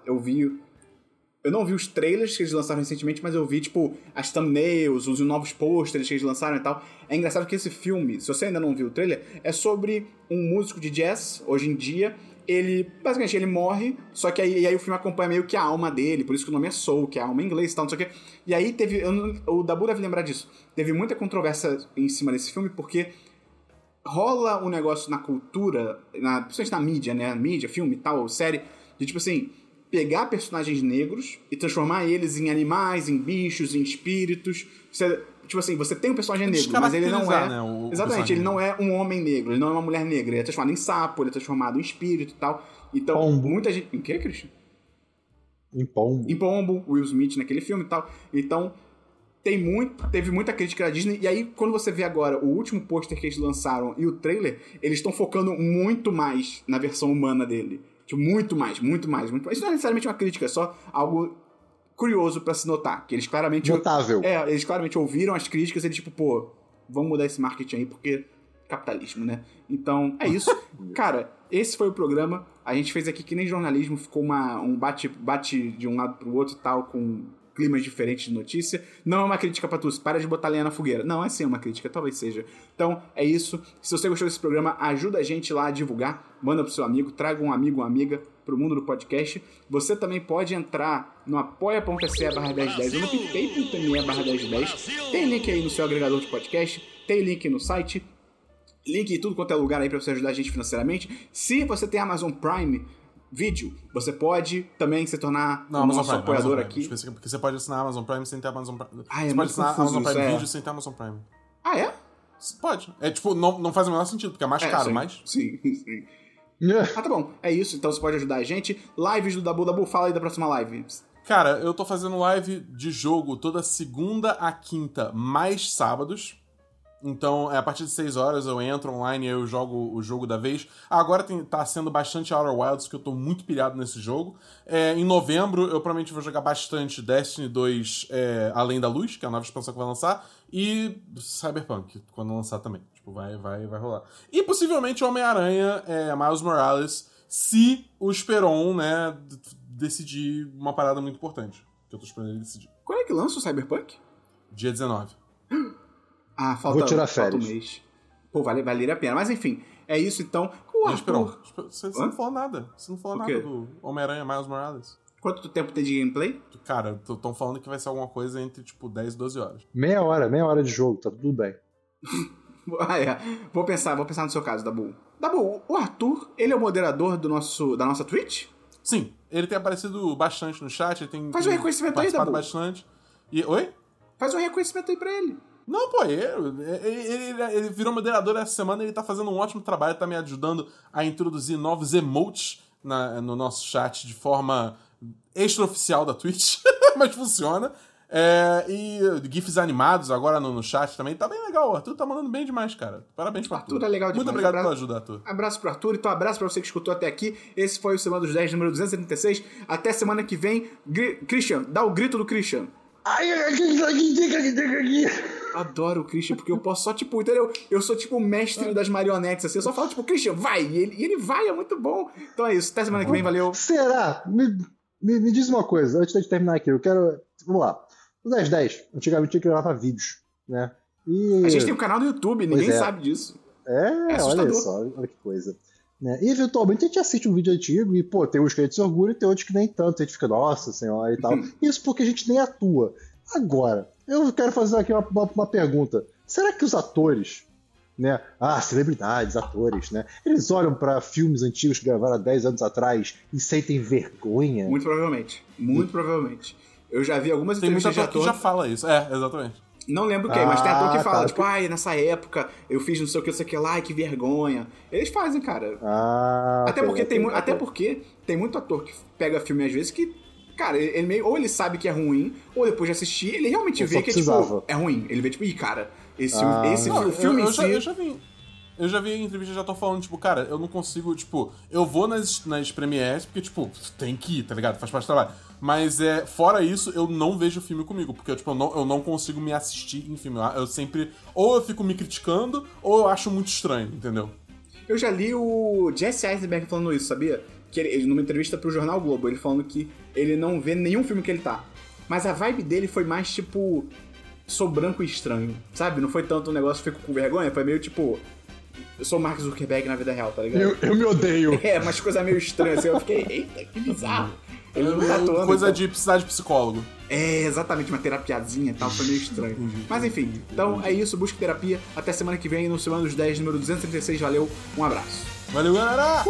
eu não vi os trailers que eles lançaram recentemente, mas eu vi, tipo, as thumbnails, os novos posters que eles lançaram e tal. É engraçado que esse filme, se você ainda não viu o trailer, é sobre um músico de jazz, hoje em dia. Basicamente, ele morre, só que aí o filme acompanha meio que a alma dele, por isso que o nome é Soul, que é a alma em inglês e tal, não sei o quê. E aí teve, o Dabu deve lembrar disso, teve muita controvérsia em cima desse filme, porque rola um negócio na cultura, principalmente na mídia, né? Mídia, filme e tal, série, de tipo assim, pegar personagens negros e transformar eles em animais, em bichos, em espíritos. Tipo assim, você tem um personagem negro, mas ele não é... Né, exatamente, ele não é um homem negro, ele não é uma mulher negra, ele é transformado em sapo, ele é transformado em espírito e tal. Então, Pombo. muita gente... Em que, Christian? Em pombo. Em Pombo, Will Smith naquele filme e tal. Então, teve muita crítica da Disney. E aí, quando você vê agora o último pôster que eles lançaram e o trailer, eles estão focando muito mais na versão humana dele. Tipo, muito mais. Isso não é necessariamente uma crítica, é só algo curioso pra se notar. Que eles claramente... Notável. Eles claramente ouviram as críticas e eles, tipo, pô, vamos mudar esse marketing aí, porque capitalismo, né? Então, é isso. Cara, esse foi o programa. A gente fez aqui que nem jornalismo, ficou um bate de um lado pro outro e tal, com climas diferentes de notícia. Não é uma crítica pra tu, para de botar lenha na fogueira. Não, é sim uma crítica, talvez seja. Então, é isso. Se você gostou desse programa, ajuda a gente lá a divulgar. Manda pro seu amigo, traga um amigo ou amiga pro mundo do podcast. Você também pode entrar no apoia.se/1010 ou no picpay.me/1010. Tem link aí no seu agregador de podcast, tem link no site, link em tudo quanto é lugar aí pra você ajudar a gente financeiramente. Se você tem Amazon Prime Video, você pode também se tornar nosso apoiador aqui. Porque você pode assinar a Amazon Prime sem ter Amazon Prime. Ah, você pode assinar a Amazon Prime Video sem ter Amazon Prime. Ah, é? Pode. É tipo, não faz o menor sentido, porque é mais caro, sim. mas... Sim. Ah, tá bom. É isso, então você pode ajudar a gente. Lives do Dabu. Dabu, fala aí da próxima live. Cara, eu tô fazendo live de jogo toda segunda a quinta, mais sábados. Então, a partir de 6 horas eu entro online e eu jogo o jogo da vez. Agora tá sendo bastante Outer Wilds, que eu tô muito pilhado nesse jogo. Em novembro eu provavelmente vou jogar bastante Destiny 2 Além da Luz, que é a nova expansão que vai lançar. E Cyberpunk, quando lançar também. Tipo, vai rolar. E possivelmente Homem-Aranha, Miles Morales, se o Esperon, né, decidir uma parada muito importante. Que eu tô esperando ele decidir. Quando é que lança o Cyberpunk? Dia 19. Ah, falta, Vou tirar falta um férias. mês. Pô, valeria a pena. Mas enfim, é isso então. Esperon, você não falou nada. Você não falou O nada quê? do Homem-Aranha Miles Morales. Quanto tempo tem de gameplay? Cara, estão falando que vai ser alguma coisa entre, tipo, 10 e 12 horas. Meia hora de jogo, tá tudo bem. Ah, é. Vou pensar no seu caso, Dabu. Dabu, o Arthur, ele é o moderador da nossa Twitch? Sim, ele tem aparecido bastante no chat, ele tem Faz um reconhecimento aí, participado Dabu. bastante. Oi? Faz um reconhecimento aí pra ele. Não, pô, ele virou moderador essa semana e ele tá fazendo um ótimo trabalho, tá me ajudando a introduzir novos emotes no nosso chat de forma extraoficial da Twitch, mas funciona. E GIFs animados agora no chat também, tá bem legal, o Arthur tá mandando bem demais, cara. Parabéns pro Arthur. Arthur é legal demais. Muito obrigado pela ajuda, Arthur. Abraço pro Arthur, então abraço pra você que escutou até aqui. Esse foi o Semana dos 10, número 276. Até semana que vem. Christian, dá o grito do Christian. Adoro o Christian, porque eu posso só, tipo, entendeu? Eu sou, tipo, o mestre das marionetes, assim. Eu só falo, tipo, Christian, vai! E ele vai, é muito bom. Então é isso. Até semana que vem, valeu. Será? Me diz uma coisa, antes de terminar aqui, eu quero... Vamos lá. O 1010, antigamente tinha que gravar vídeos, né? E... A gente tem um canal no YouTube, ninguém sabe disso. É olha só, olha que coisa. Né? E eventualmente a gente assiste um vídeo antigo e, pô, tem uns que a gente se orgulha e tem outros que nem tanto. A gente fica, nossa senhora e tal. Isso porque a gente nem atua. Agora, eu quero fazer aqui uma pergunta. Será que os atores, né? Celebridades, atores, né? Eles olham pra filmes antigos que gravaram há 10 anos atrás e sentem vergonha? Muito provavelmente. Muito provavelmente. Eu já vi algumas Tem entrevistas muita de ator que ator. já fala isso. exatamente. Não lembro quem, mas tem ator que fala, tá. tipo, nessa época eu fiz não sei o que lá, que vergonha. Eles fazem, cara. Até porque tem muito ator que pega filme às vezes que, cara, ele meio, ou ele sabe que é ruim, ou depois de assistir, ele realmente vê que tipo, é ruim. Ele vê, tipo, cara, o filme em si... Eu já vi entrevistas de ator falando, tipo, cara, eu não consigo, tipo, eu vou nas premieres porque, tipo, tem que ir, tá ligado? Faz parte do trabalho. Mas, fora isso, eu não vejo filme comigo, porque, tipo, eu não consigo me assistir em filme. Eu sempre, ou eu fico me criticando, ou eu acho muito estranho, entendeu? Eu já li o Jesse Eisenberg falando isso, sabia? Que ele numa entrevista pro Jornal Globo, ele falando que ele não vê nenhum filme que ele tá. Mas a vibe dele foi mais, tipo, sou branco e estranho, sabe? Não foi tanto um negócio, fico com vergonha, foi meio, tipo... Eu sou o Mark Zuckerberg na vida real, tá ligado? Eu me odeio. Mas coisa meio estranha, assim, eu fiquei, eita, que bizarro. Ele não tá atuando, Coisa então. de precisar de psicólogo. É, exatamente, uma terapiazinha e tal, foi meio estranho. Mas enfim, então é isso, busque terapia. Até semana que vem, no Semana dos 10, número 236. Valeu, um abraço. Valeu, galera!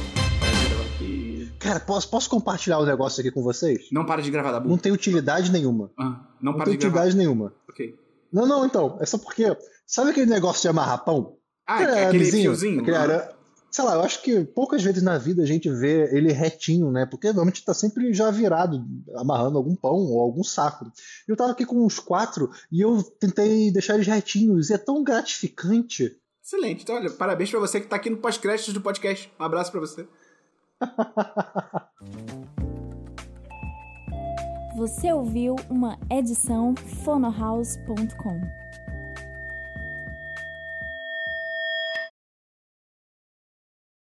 Cara, posso compartilhar um negócio aqui com vocês? Não para de gravar, Dabu. Não tem utilidade nenhuma. Não Não para tem de gravar. utilidade nenhuma. Ok. Não, então. É só porque. Sabe aquele negócio de amarrar pão? Aquele aramezinho, fiozinho? Sei lá, eu acho que poucas vezes na vida a gente vê ele retinho, né? Porque normalmente tá sempre já virado, amarrando algum pão ou algum saco. Eu tava aqui com uns 4 e eu tentei deixar eles retinhos. E é tão gratificante. Excelente. Então, olha, parabéns pra você que tá aqui no pós-créditos do podcast. Um abraço pra você. Você ouviu uma edição fonohouse.com.